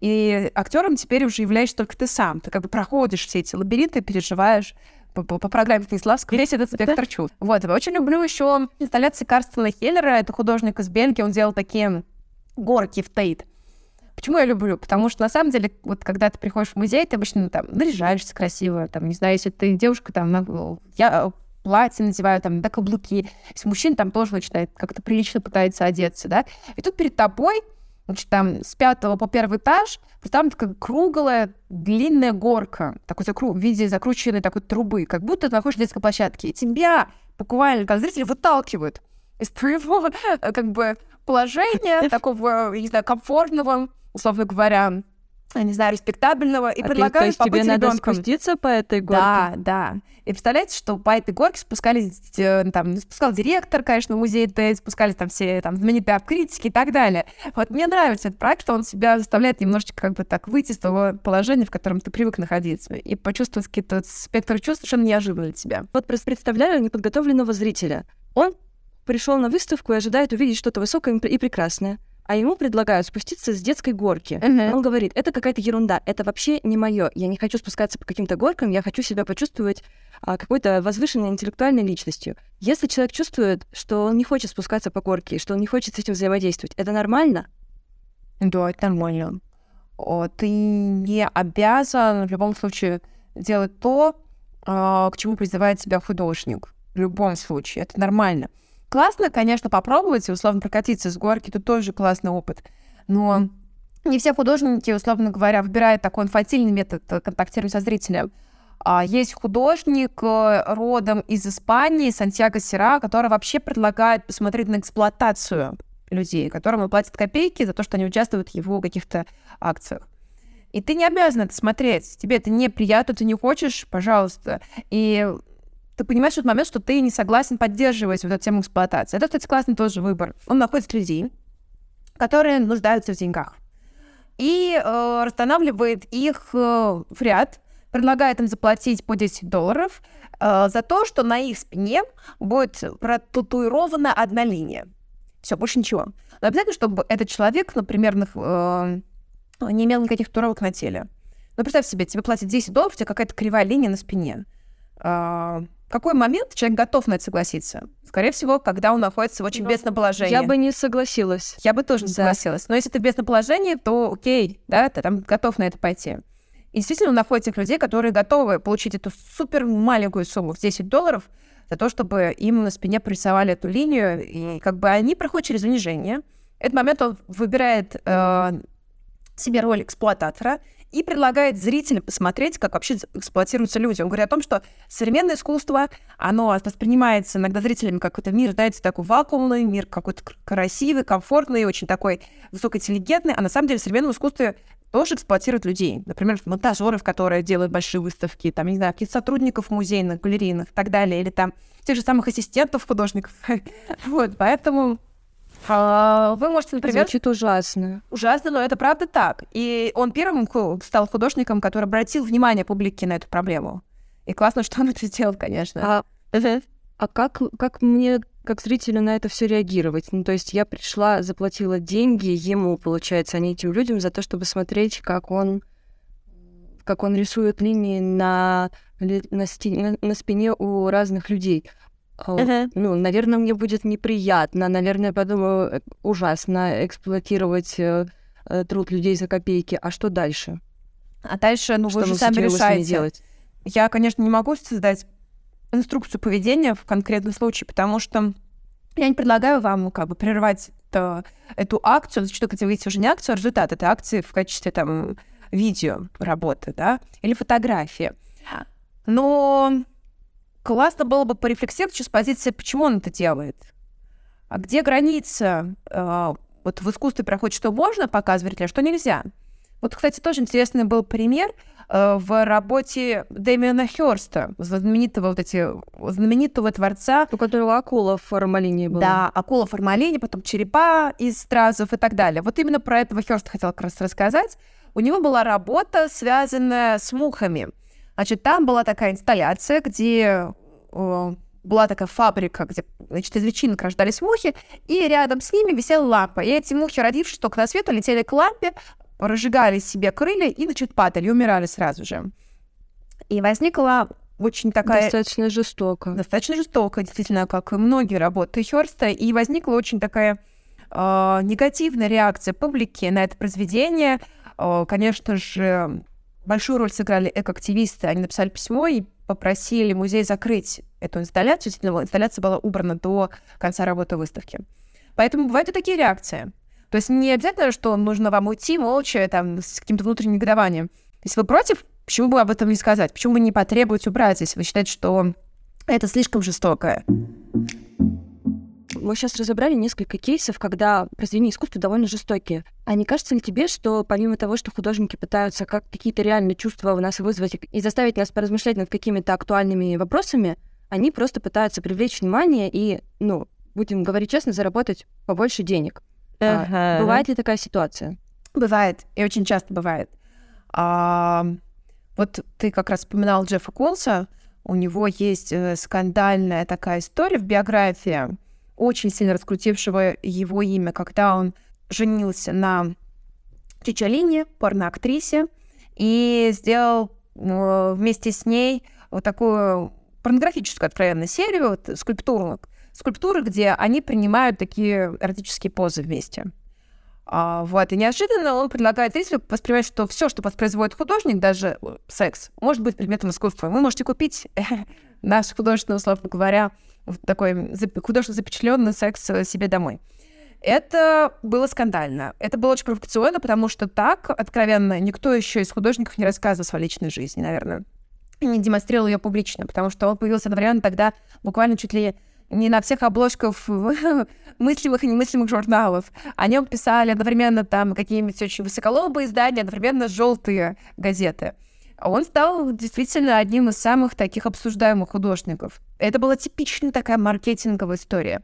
И актером теперь уже являешься только ты сам. Ты как бы проходишь все эти лабиринты, переживаешь по, по, по программе Станиславского весь этот спектр чувств. Вот, я очень люблю еще инсталляции Карстена Хеллера. Это художник из Бельгии, он делал такие горки в Тейт. Почему я люблю? Потому что, на самом деле, вот когда ты приходишь в музей, ты обычно там наряжаешься красиво, там, не знаю, если ты девушка, там, я платье надеваю, там, да, каблуки. Если мужчина там тоже начинает как-то прилично пытается одеться, да, и тут перед тобой, значит, там, с пятого по первый этаж, там такая круглая, длинная горка, такой закру... в виде закрученной такой трубы, как будто ты находишься в детской площадке, и тебя буквально, как зрители, выталкивают из твоего, как бы, положения, такого, не знаю, комфортного, условно говоря, не знаю, респектабельного, и а предлагают ты, то есть побыть тебе надо ребенком. Спуститься по этой горке? Да, да. И представляете, что по этой горке спускались, там, спускал директор, конечно, музея Тейт, спускались там все там знаменитые арт-критики и так далее. Вот мне нравится этот проект, что он себя заставляет немножечко как бы так выйти из того положения, в котором ты привык находиться, и почувствовать какие-то спектры чувств совершенно неожиданно для тебя. Вот просто представляю неподготовленного зрителя. Он пришел на выставку и ожидает увидеть что-то высокое и прекрасное. А ему предлагают спуститься с детской горки. Uh-huh. Он говорит, это какая-то ерунда, это вообще не мое. Я не хочу спускаться по каким-то горкам, я хочу себя почувствовать а, какой-то возвышенной интеллектуальной личностью. Если человек чувствует, что он не хочет спускаться по горке, что он не хочет с этим взаимодействовать, это нормально? Да, это нормально. О, ты не обязан в любом случае делать то, к чему призывает тебя художник. В любом случае, это нормально. Классно, конечно, попробовать и условно прокатиться с горки, это тоже классный опыт. Но не все художники, условно говоря, выбирают такой инфантильный метод контактирования со зрителем. Есть художник родом из Испании, Сантьяго Сера, который вообще предлагает посмотреть на эксплуатацию людей, которым платят копейки за то, что они участвуют в его каких-то акциях. И ты не обязан это смотреть. Тебе это неприятно, ты не хочешь, пожалуйста. И ты понимаешь в тот момент, что ты не согласен поддерживать вот эту тему эксплуатации. Это, кстати, классный тоже выбор. Он находит людей, которые нуждаются в деньгах, и э, расстанавливает их э, в ряд, предлагает им заплатить по десять долларов э, за то, что на их спине будет протатуирована одна линия. Все, больше ничего. Но обязательно, чтобы этот человек, например, э, не имел никаких татуировок на теле. Ну, представь себе, тебе платят десять долларов, у тебя какая-то кривая линия на спине. Э, В какой момент человек готов на это согласиться? Скорее всего, когда он находится в очень Но бедственном положении. Я бы не согласилась. Я бы тоже не да. согласилась. Но если ты в бедственном положении, то окей, да, ты там готов на это пойти. И действительно, он находит тех людей, которые готовы получить эту супер маленькую сумму в десять долларов за то, чтобы им на спине прорисовали эту линию, и как бы они проходят через унижение. В этот момент он выбирает э, себе роль эксплуататора и предлагает зрителям посмотреть, как вообще эксплуатируются люди. Он говорит о том, что современное искусство, оно воспринимается иногда зрителями как какой-то мир, знаете, такой вакуумный мир, какой-то красивый, комфортный, очень такой высокоинтеллигентный, а на самом деле в современном искусстве тоже эксплуатируют людей. Например, монтажеров, которые делают большие выставки, там, не знаю, каких-то сотрудников музейных, галерейных и так далее, или там тех же самых ассистентов художников. Вот, поэтому... Вы можете, например... Звучит ужасно. Ужасно, но это правда так. И он первым стал художником, который обратил внимание публики на эту проблему. И классно, что он это сделал, конечно. А, uh-huh. а как, как мне, как зрителю, на это все реагировать? Ну, то есть я пришла, заплатила деньги ему, получается, а не этим людям, за то, чтобы смотреть, как он, как он рисует линии на, на, стене, на спине у разных людей. Uh-huh. Ну, наверное, мне будет неприятно, наверное, я подумаю, ужасно эксплуатировать э, труд людей за копейки. А что дальше? А дальше, ну, что вы же сами решаете. Делать? Я, конечно, не могу создать инструкцию поведения в конкретном случае, потому что я не предлагаю вам как бы прервать это, эту акцию. Зачастую, когда вы видите уже не акцию, а результат этой акции в качестве там видео работы, да, или фотографии. Но классно было бы порефлексировать с позиции, почему он это делает. А где граница? Вот в искусстве проходит, что можно показывать, а что нельзя. Вот, кстати, тоже интересный был пример в работе Дэмиана Хёрста, знаменитого, вот эти, знаменитого творца. У которого акула в формалине была. Да, акула в формалине, потом черепа из стразов и так далее. Вот именно про этого Хёрста хотела как раз рассказать. У него была работа, связанная с мухами. Значит, там была такая инсталляция, где э, была такая фабрика, где, значит, из личинок рождались мухи, и рядом с ними висела лампа. И эти мухи, родившись только на свет, летели к лампе, разжигали себе крылья и, значит, падали, и умирали сразу же. И возникла очень такая... Достаточно жестоко. Достаточно жестоко, действительно, как и многие работы Хёрста. И возникла очень такая э, негативная реакция публики на это произведение. Э, конечно же, большую роль сыграли экоактивисты. Они написали письмо и попросили музей закрыть эту инсталляцию. Действительно, инсталляция была убрана до конца работы выставки. Поэтому бывают и такие реакции. То есть не обязательно, что нужно вам уйти молча, там, с каким-то внутренним негодованием. Если вы против, почему бы об этом не сказать? Почему бы не потребовать убрать, если вы считаете, что это слишком жестокое? Мы сейчас разобрали несколько кейсов, когда произведения искусства довольно жестокие. А не кажется ли тебе, что помимо того, что художники пытаются как какие-то реальные чувства в нас вызвать и заставить нас поразмышлять над какими-то актуальными вопросами, они просто пытаются привлечь внимание и, ну, будем говорить честно, заработать побольше денег? Uh-huh. А, бывает ли такая ситуация? Бывает, и очень часто бывает. А, вот ты как раз вспоминал Джеффа Кулса, у него есть э, скандальная такая история в биографии, очень сильно раскрутившего его имя, когда он женился на Чичолине, порноактрисе, и сделал э, вместе с ней вот такую порнографическую откровенную серию, вот, скульптуру, скульптуры, где они принимают такие эротические позы вместе. А, вот, и неожиданно он предлагает зрителю воспринимать, что все, что воспроизводит художник, даже секс, может быть предметом искусства. Вы можете купить наш художественный, условно говоря, такой художественно запечатленный секс себе домой. Это было скандально. Это было очень провокационно, потому что так откровенно никто еще из художников не рассказывал о своей личной жизни, наверное. И не демонстрировал ее публично, потому что он появился одновременно тогда буквально чуть ли не на всех обложках мыслимых и немыслимых журналов. О нем писали одновременно там какие-нибудь очень высоколобые издания, одновременно желтые газеты. Он стал действительно одним из самых таких обсуждаемых художников. Это была типичная такая маркетинговая история.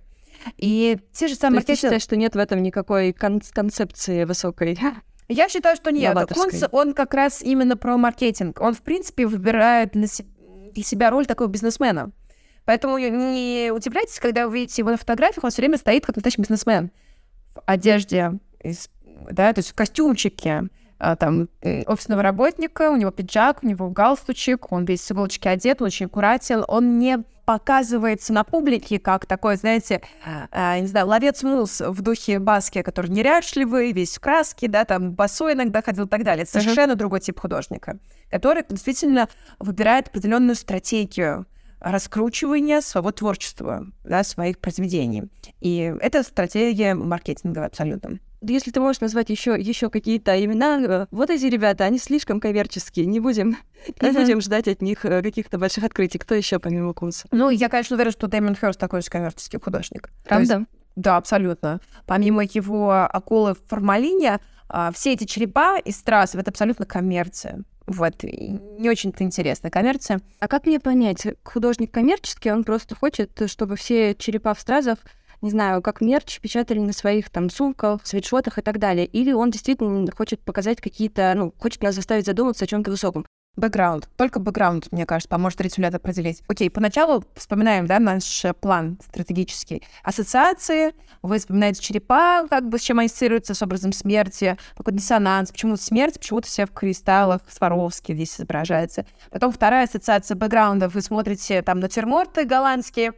И те же самые... То есть ты считаешь, что нет в этом никакой кон- концепции высокой? Я считаю, что нет. Кунц, он как раз именно про маркетинг. Он, в принципе, выбирает для себя роль такого бизнесмена. Поэтому не удивляйтесь, когда вы видите его на фотографиях, он все время стоит как настоящий бизнесмен в одежде, да, то есть в костюмчике, там, офисного работника, у него пиджак, у него галстучек, он весь с иголочки одет, он очень аккуратен, он не показывается на публике как такой, знаете, не знаю, ловец мус в духе Баски, который неряшливый, весь в краске, да, там, босой иногда ходил и так далее. Это совершенно uh-huh. другой тип художника, который действительно выбирает определенную стратегию раскручивания своего творчества, да, своих произведений. И это стратегия маркетинговая абсолютно. Если ты можешь назвать еще, еще какие-то имена, вот эти ребята, они слишком коммерческие, не будем, не uh-huh. будем ждать от них каких-то больших открытий. Кто еще помимо Кунца? Ну, я, конечно, уверена, что Дэмиан Хёрст такой же коммерческий художник. Правда? Есть, да, абсолютно. Помимо его акулы в формалине, все эти черепа из страз — это абсолютно коммерция. Вот, и не очень-то интересная коммерция. А как мне понять, художник коммерческий, он просто хочет, чтобы все черепа в стразах, не знаю, как мерч печатали на своих там сумках, свитшотах и так далее, или он действительно хочет показать какие-то, ну, хочет нас заставить задуматься о чем-то высоком? Бэкграунд. Только бэкграунд, мне кажется, поможет зрителю это определить. Окей, поначалу вспоминаем, да, наш план стратегический. Ассоциации, вы вспоминаете черепа, как бы с чем ассоциируются, с образом смерти, какой-то диссонанс, почему-то смерть, почему-то все в кристаллах, Сваровски здесь изображается. Потом вторая ассоциация бэкграунда, вы смотрите там натюрморты голландские,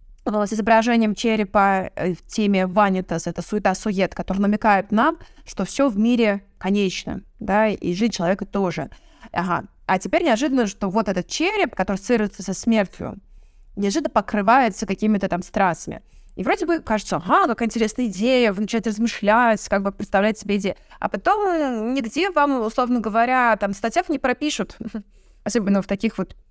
с изображением черепа в теме ванитас, это суета-сует, который намекает нам, что все в мире конечно, да, и жизнь человека тоже. Ага. А теперь неожиданно, что вот этот череп, который ассоциируется со смертью, неожиданно покрывается какими-то там страстями. И вроде бы кажется, ага, какая интересная идея, вы начинаете размышлять, как бы представлять себе идею. А потом нигде вам, условно говоря, там статьях не пропишут, особенно в таких вот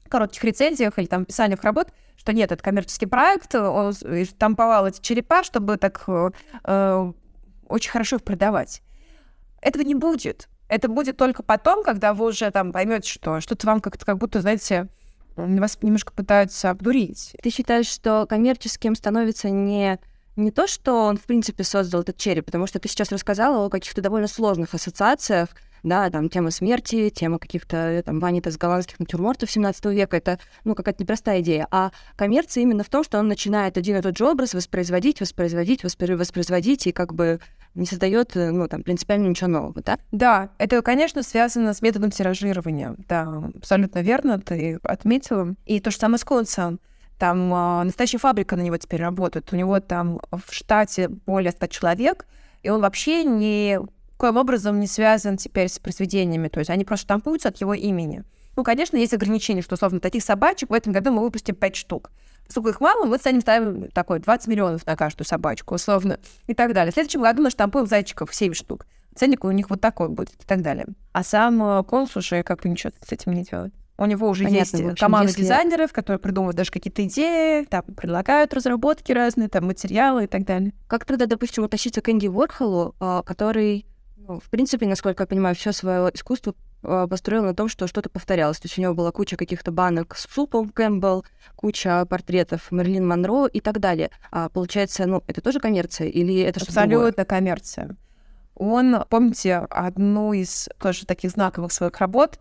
коротких рецензиях или там описаниях работ, что нет, это коммерческий проект, он штамповал эти черепа, чтобы так э, очень хорошо их продавать. Этого не будет. Это будет только потом, когда вы уже там поймете, что что-то вам как-то как будто, знаете, вас немножко пытаются обдурить. Ты считаешь, что коммерческим становится не, не то, что он, в принципе, создал этот череп, потому что ты сейчас рассказала о каких-то довольно сложных ассоциациях, да, там, тема смерти, тема каких-то, там, ванитас голландских натюрмортов семнадцатого века, это, ну, какая-то непростая идея. А коммерция именно в том, что он начинает один и тот же образ воспроизводить, воспроизводить, воспро- воспроизводить, и как бы не создает, ну, там, принципиально ничего нового, да? Да, это, конечно, связано с методом тиражирования. Да, абсолютно верно, ты отметила. И то же самое с Коллинсом. Там э, настоящая фабрика на него теперь работает. У него там в штате более ста человек, и он вообще ни коим образом не связан теперь с произведениями. То есть они просто штампуются от его имени. Ну, конечно, есть ограничения, что, условно, таких собачек в этом году мы выпустим пять штук. Поскольку их мало, мы станем ставим такой двадцать миллионов на каждую собачку, условно, и так далее. В следующем году мы штампуем зайчиков семь штук. Ценник у них вот такой будет, и так далее. А сам Коллинс уже как бы ничего с этим не делает. У него уже Понятно, есть общем, команда если... дизайнеров, которые придумывают даже какие-то идеи, там, предлагают разработки разные, там, материалы и так далее. Как тогда, допустим, относиться к Энди Уорхолу, который, ну, в принципе, насколько я понимаю, все свое искусство построил на том, что что-то повторялось. То есть у него была куча каких-то банок с супом Кэмпбелл, куча портретов Мэрилин Монро и так далее. А получается, ну, это тоже коммерция или это что-то другое? Абсолютно коммерция. Он, помните, одну из тоже таких знаковых своих работ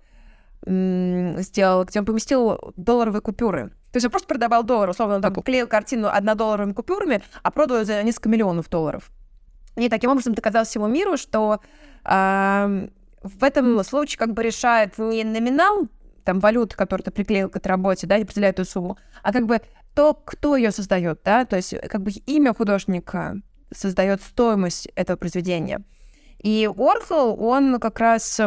м- сделал, где он поместил долларовые купюры. То есть он просто продавал доллары, условно, он так клеил картину однодолларовыми купюрами, а продал за несколько миллионов долларов. И таким образом доказал всему миру, что э- в этом случае как бы решает не номинал там, валюты, которую ты приклеил к этой работе, да, и определяет эту сумму, а как бы то, кто ее создает, да, то есть как бы имя художника создает стоимость этого произведения. И Уорхол, он как раз,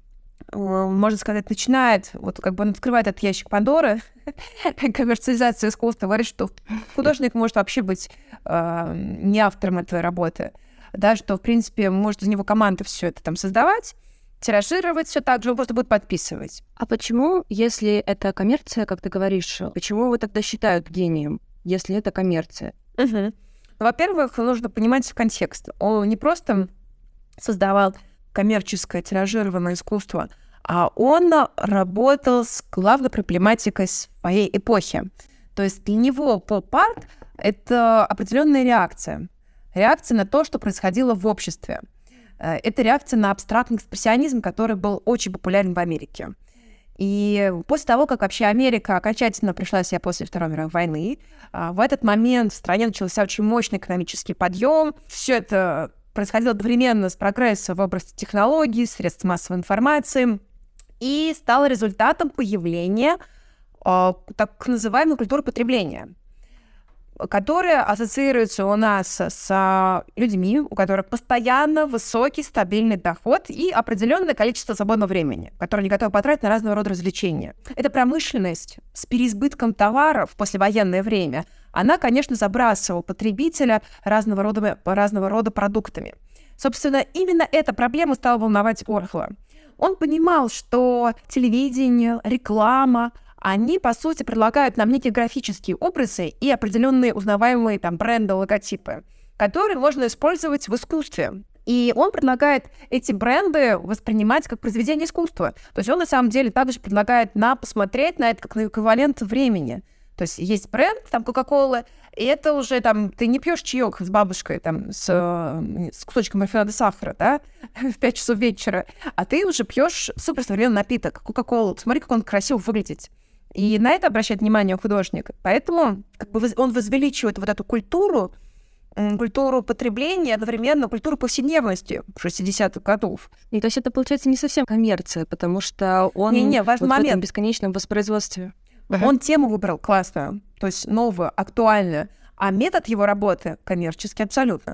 можно сказать, начинает, вот как бы он открывает этот ящик Пандоры, коммерциализация искусства, говорит, что художник может вообще быть э, не автором этой работы, да, что, в принципе, может из него команда все это там создавать, тиражировать все так же, он просто будет подписывать. А почему, если это коммерция, как ты говоришь, почему его тогда считают гением, если это коммерция? Угу. Ну, во-первых, нужно понимать контекст. Он не просто создавал коммерческое тиражированное искусство, а он работал с главной проблематикой своей эпохи. То есть для него поп-арт — это определенная реакция. Реакция на то, что происходило в обществе. Это реакция на абстрактный экспрессионизм, который был очень популярен в Америке. И после того, как вообще Америка окончательно пришла в себя после Второй мировой войны, в этот момент в стране начался очень мощный экономический подъем. Все это происходило одновременно с прогрессом в области технологий, средств массовой информации, и стало результатом появления так называемой культуры потребления, которая ассоциируется у нас с людьми, у которых постоянно высокий стабильный доход и определенное количество свободного времени, которое они готовы потратить на разного рода развлечения. Эта промышленность с переизбытком товаров в послевоенное время, она, конечно, забрасывала потребителя разного рода, разного рода продуктами. Собственно, именно эта проблема стала волновать Уорхола. Он понимал, что телевидение, реклама, они, по сути, предлагают нам некие графические образы и определенные узнаваемые там бренды, логотипы, которые можно использовать в искусстве. И он предлагает эти бренды воспринимать как произведение искусства. То есть он, на самом деле, также предлагает нам посмотреть на это как на эквивалент времени. То есть есть бренд, там, Кока-Кола, и это уже, там, ты не пьешь чаек с бабушкой, там, с, с кусочком рафинада сахара, да, в пять часов вечера, а ты уже пьешь суперсовременный напиток, Кока-Колу. Смотри, как он красиво выглядит. И на это обращает внимание художник. Поэтому как бы, он возвеличивает вот эту культуру, культуру потребления, одновременно культуру повседневности шестидесятых годов. И то есть это, получается, не совсем коммерция, потому что он не, не, важный вот момент. в этом бесконечном воспроизводстве. Uh-huh. Он тему выбрал классную, то есть новую, актуальную, а метод его работы коммерческий абсолютно.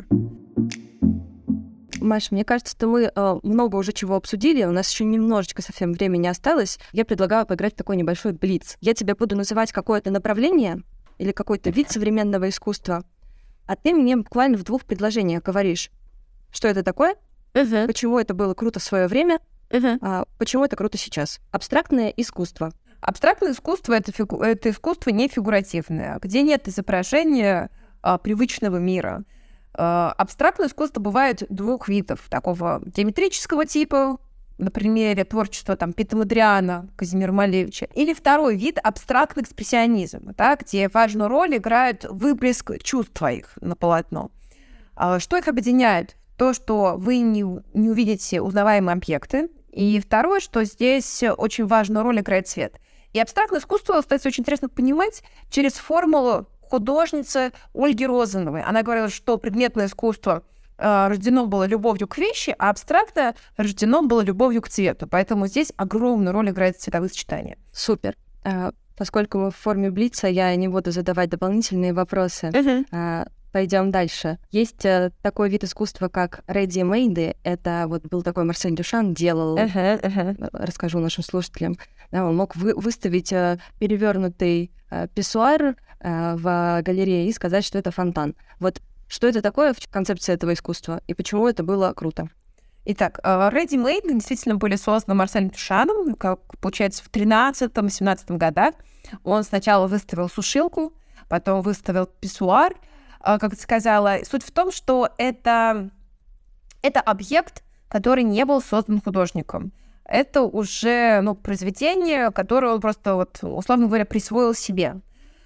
Маш, мне кажется, что мы э, много уже чего обсудили, у нас еще немножечко совсем времени осталось. Я предлагаю поиграть в такой небольшой блиц. Я тебе буду называть какое-то направление или какой-то вид современного искусства, а ты мне буквально в двух предложениях говоришь, что это такое, uh-huh. почему это было круто в свое время, uh-huh. а почему это круто сейчас. Абстрактное искусство. Абстрактное искусство — это, фигу... это искусство не фигуративное, где нет изображения а, привычного мира. А, абстрактное искусство бывает двух видов. Такого геометрического типа, на примере творчества там, Пита Модриана, Казимира Малевича. Или второй вид — абстрактный экспрессионизм, да, где важную роль играет выплеск чувств твоих на полотно. А, что их объединяет? То, что вы не, не увидите узнаваемые объекты. И второе, что здесь очень важную роль играет цвет. И абстрактное искусство, кстати, очень интересно понимать через формулу художницы Ольги Розановой. Она говорила, что предметное искусство э, рождено было любовью к вещи, а абстрактное рождено было любовью к цвету. Поэтому здесь огромную роль играет цветовые сочетания. Супер. А, поскольку мы в форме блица, я не буду задавать дополнительные вопросы. Uh-huh. А, пойдем дальше. Есть а, такой вид искусства, как ready-made. Это вот был такой Марсель Дюшан, делал, uh-huh, uh-huh. расскажу нашим слушателям. Да, он мог вы, выставить а, перевернутый а, писсуар а, в галерее и сказать, что это фонтан. Вот что это такое в концепции этого искусства и почему это было круто? Итак, ready-made действительно были созданы Марселем Дюшаном, как получается, в тринадцатом-семнадцатом годах. Он сначала выставил сушилку, потом выставил писсуар. Как ты сказала, суть в том, что это, это объект, который не был создан художником. Это уже ну, произведение, которое он просто, вот, условно говоря, присвоил себе.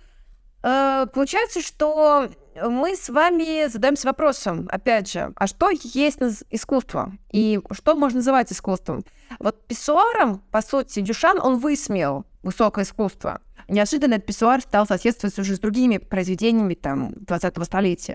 Получается, что мы с вами задаемся вопросом, опять же, а что есть искусство? И что можно называть искусством? Вот писсуаром, по сути, Дюшан, он высмеял высокое искусство. Неожиданно этот писсуар стал соседствовать уже с другими произведениями там, двадцатого столетия.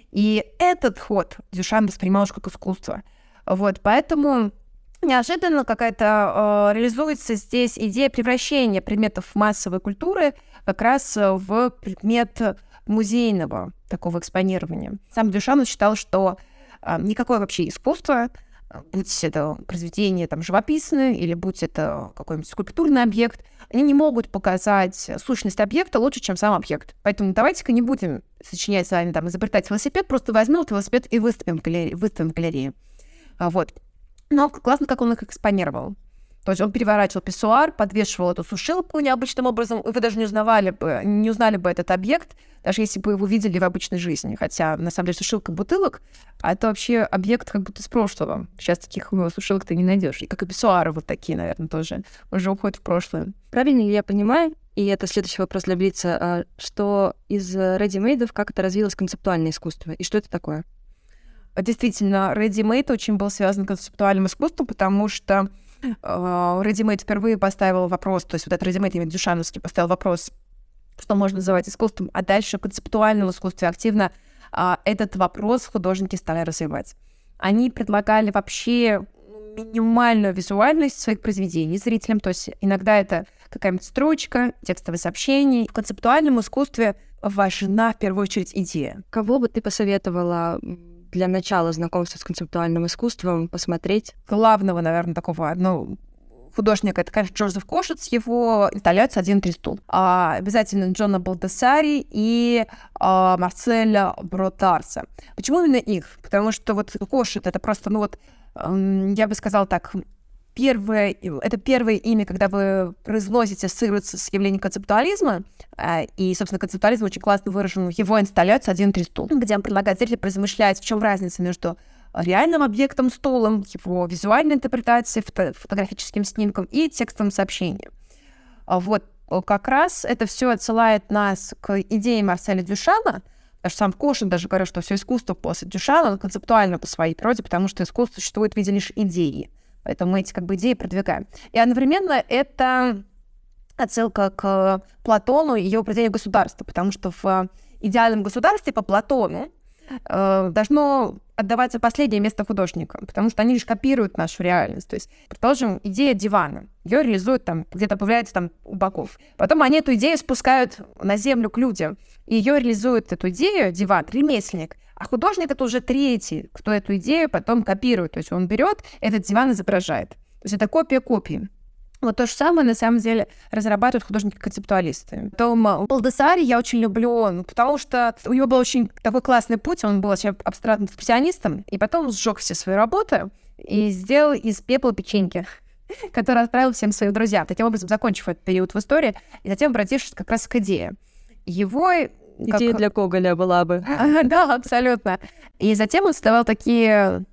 И этот ход Дюшан воспринимал как искусство. Вот, поэтому неожиданно какая-то э, реализуется здесь идея превращения предметов массовой культуры как раз в предмет музейного такого экспонирования. Сам Дюшан считал, что э, никакое вообще искусство, будь это произведение там, живописное или будь это какой-нибудь скульптурный объект, они не могут показать сущность объекта лучше, чем сам объект. Поэтому давайте-ка не будем сочинять с вами, там, изобретать велосипед, просто возьмем этот велосипед и выставим в галерее. Выставим в галерее. А, вот. Но классно, как он их экспонировал. То есть он переворачивал писсуар, подвешивал эту сушилку необычным образом, и вы даже не узнавали бы, не узнали бы этот объект, даже если бы его видели в обычной жизни. Хотя, на самом деле, сушилка бутылок, а это вообще объект как будто из прошлого. Сейчас таких сушилок ты не найдешь. И как и писсуары вот такие, наверное, тоже уже уходят в прошлое. Правильно ли я понимаю, и это следующий вопрос для Блица, что из ready-made как это развилось концептуальное искусство? И что это такое? Действительно, ready-made очень был связан с концептуальным искусством, потому что ready-made впервые поставил вопрос, то есть вот этот ready-made именно Дюшановский поставил вопрос, что можно называть искусством, а дальше в концептуальном искусстве активно а, этот вопрос художники стали развивать. Они предлагали вообще минимальную визуальность своих произведений зрителям, то есть иногда это какая-нибудь строчка, текстовое сообщение. В концептуальном искусстве важна в первую очередь идея. Кого бы ты посоветовала для начала знакомства с концептуальным искусством посмотреть? Главного, наверное, такого, ну, художника, это, конечно, Джозеф Кошец, его инсталляция «Один три стул». А, обязательно Джона Балдасари и а, Марселя Бротарса. Почему именно их? Потому что вот Кошет — это просто, ну вот, эм, я бы сказала так, первое, это первое имя, когда вы произносите, ассоциируется с явлением концептуализма, э, и, собственно, концептуализм очень классно выражен в его инсталляции «Один три стул», где он предлагает зрителю поразмышлять, в чем разница между реальным объектом стулом, его визуальной интерпретацией, фото- фотографическим снимком и текстовым сообщением. Вот как раз это все отсылает нас к идее Марселя Дюшана, потому что сам Кошин даже говорил, что все искусство после Дюшана, оно концептуально по своей природе, потому что искусство существует в виде лишь идеи. Поэтому мы эти как бы идеи продвигаем. И одновременно это отсылка к Платону и его определению государства, потому что в идеальном государстве по Платону э, должно отдаваться последнее место художникам, потому что они лишь копируют нашу реальность. То есть, предположим, идея дивана. Ее реализуют там, где-то появляется там у боков. Потом они эту идею спускают на землю к людям. И ее реализует, эту идею, диван, ремесленник. А художник — это уже третий, кто эту идею потом копирует. То есть он берет этот диван и изображает. То есть это копия копии. Вот то же самое, на самом деле, разрабатывают художники-концептуалисты. Потом Балдасари я очень люблю, ну, потому что у него был очень такой классный путь. Он был вообще абстрактным экспрессионистом, и потом сжег все свои работы и сделал из пепла печеньки. который отправил всем своим друзьям, таким образом закончив этот период в истории, и затем обратившись как раз к идее. Его... Идея как... для Гоголя была бы. Да, абсолютно. И затем он создавал такие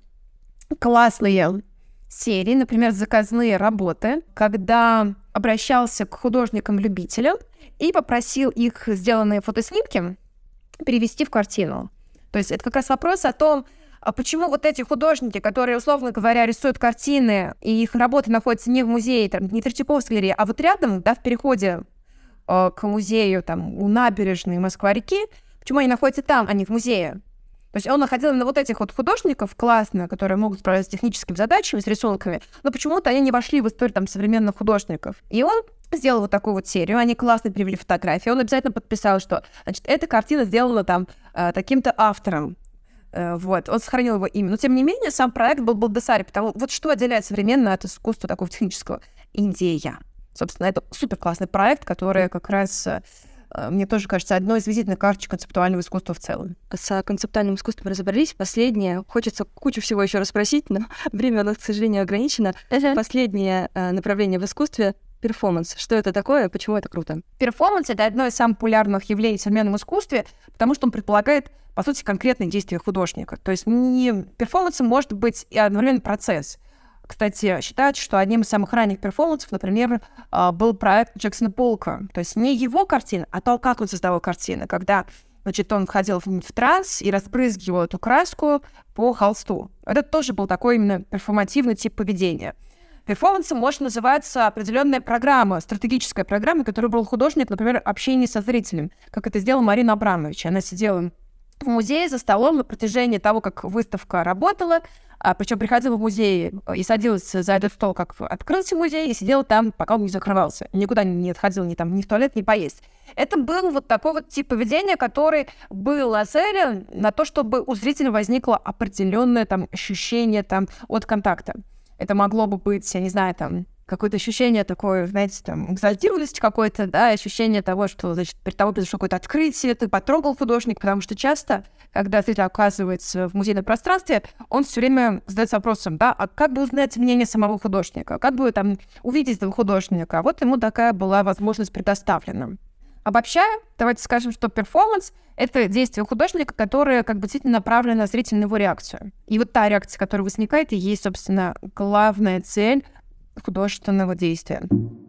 классные серии, например, заказные работы, когда обращался к художникам-любителям и попросил их сделанные фотоснимки перевести в картину. То есть это как раз вопрос о том, а почему вот эти художники, которые, условно говоря, рисуют картины, и их работы находятся не в музее, там, не в Третьяковской галерее, а вот рядом, да, в переходе э, к музею, там, у набережной Москва-реки, почему они находятся там, а не в музее? То есть он находил именно вот этих вот художников классно, которые могут справляться с техническими задачами, с рисунками, но почему-то они не вошли в историю там современных художников. И он сделал вот такую вот серию, они классно привели фотографии, он обязательно подписал, что, значит, эта картина сделана там э, таким-то автором. Э, вот, он сохранил его имя. Но, тем не менее, сам проект был Балдасари, потому вот что отделяет современное от искусства такого технического? Идея. Собственно, это супер классный проект, который как раз... мне тоже кажется, одной из визитных карточек концептуального искусства в целом. С концептуальным искусством разобрались. Последнее, хочется кучу всего еще расспросить, но время у нас, к сожалению, ограничено. Uh-huh. Последнее э, направление в искусстве — перформанс. Что это такое? Почему это круто? Перформанс — это одно из самых популярных явлений в современном искусстве, потому что он предполагает, по сути, конкретные действия художника. То есть не... перформансом может быть и одновременно процесс. Кстати, считается, что одним из самых ранних перформансов, например, был проект Джексона Поллока. То есть не его картина, а то, как он создавал картины, когда, значит, он входил в, в транс и разбрызгивал эту краску по холсту. Это тоже был такой именно перформативный тип поведения. Перформансом может называться определенная программа, стратегическая программа, которую брал художник, например, общение со зрителем, как это сделала Марина Абрамович. Она сидела в музее за столом на протяжении того, как выставка работала, а, причем приходила в музей и садилась за этот стол, как открылся музей, и сидела там, пока он не закрывался. Никуда не отходила ни, там, ни в туалет, ни поесть. Это был вот такой вот тип поведения, который был нацелен на то, чтобы у зрителя возникло определенное там ощущение там от контакта. Это могло бы быть, я не знаю, там, какое-то ощущение такое, знаете, там, экзальтированности какой-то, да, ощущение того, что, значит, перед тобой произошло какое-то открытие, ты потрогал художника, потому что часто, когда зритель оказывается в музейном пространстве, он все время задается вопросом, да, а как бы узнать мнение самого художника, как бы там увидеть этого художника? Вот ему такая была возможность предоставлена. Обобщая, давайте скажем, что перформанс — это действие художника, которое как бы действительно направлено на зрителя, на его реакцию. И вот та реакция, которая возникает, и есть, собственно, главная цель художественного действия.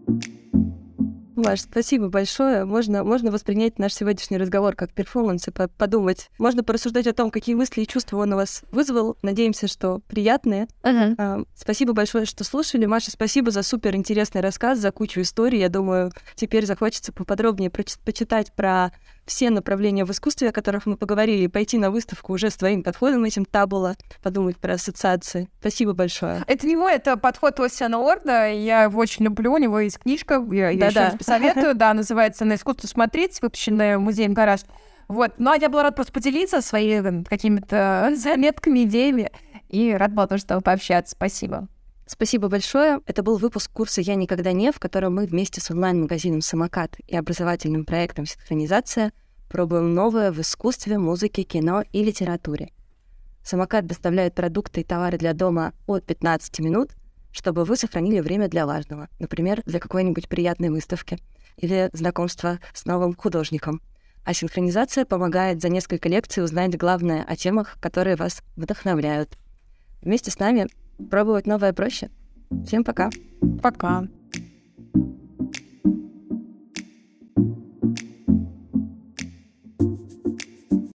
Маш, спасибо большое. Можно, можно воспринять наш сегодняшний разговор как перформанс и по- подумать. Можно порассуждать о том, какие мысли и чувства он у вас вызвал. Надеемся, что приятные. Uh-huh. А, спасибо большое, что слушали. Маша, спасибо за суперинтересный рассказ, за кучу историй. Я думаю, теперь захочется поподробнее проч- почитать про все направления в искусстве, о которых мы поговорили, и пойти на выставку уже с твоим подходом этим табула, подумать про ассоциации. Спасибо большое. Это не мой, это подход Оссиана Уорда. Я его очень люблю, у него есть книжка, я ее еще раз посоветую, да, называется «На искусство смотреть», выпущенная музеем «Гараж». Вот, ну а я была рада просто поделиться своими какими-то заметками, идеями, и рада была тоже с тобой пообщаться. Спасибо. Спасибо большое. Это был выпуск курса «Я никогда не», в котором мы вместе с онлайн-магазином «Самокат» и образовательным проектом «Синхронизация» пробуем новое в искусстве, музыке, кино и литературе. «Самокат» доставляет продукты и товары для дома от пятнадцати минут, чтобы вы сохранили время для важного, например, для какой-нибудь приятной выставки или знакомства с новым художником. А «Синхронизация» помогает за несколько лекций узнать главное о темах, которые вас вдохновляют. Вместе с нами пробовать новое проще. Всем пока. Пока.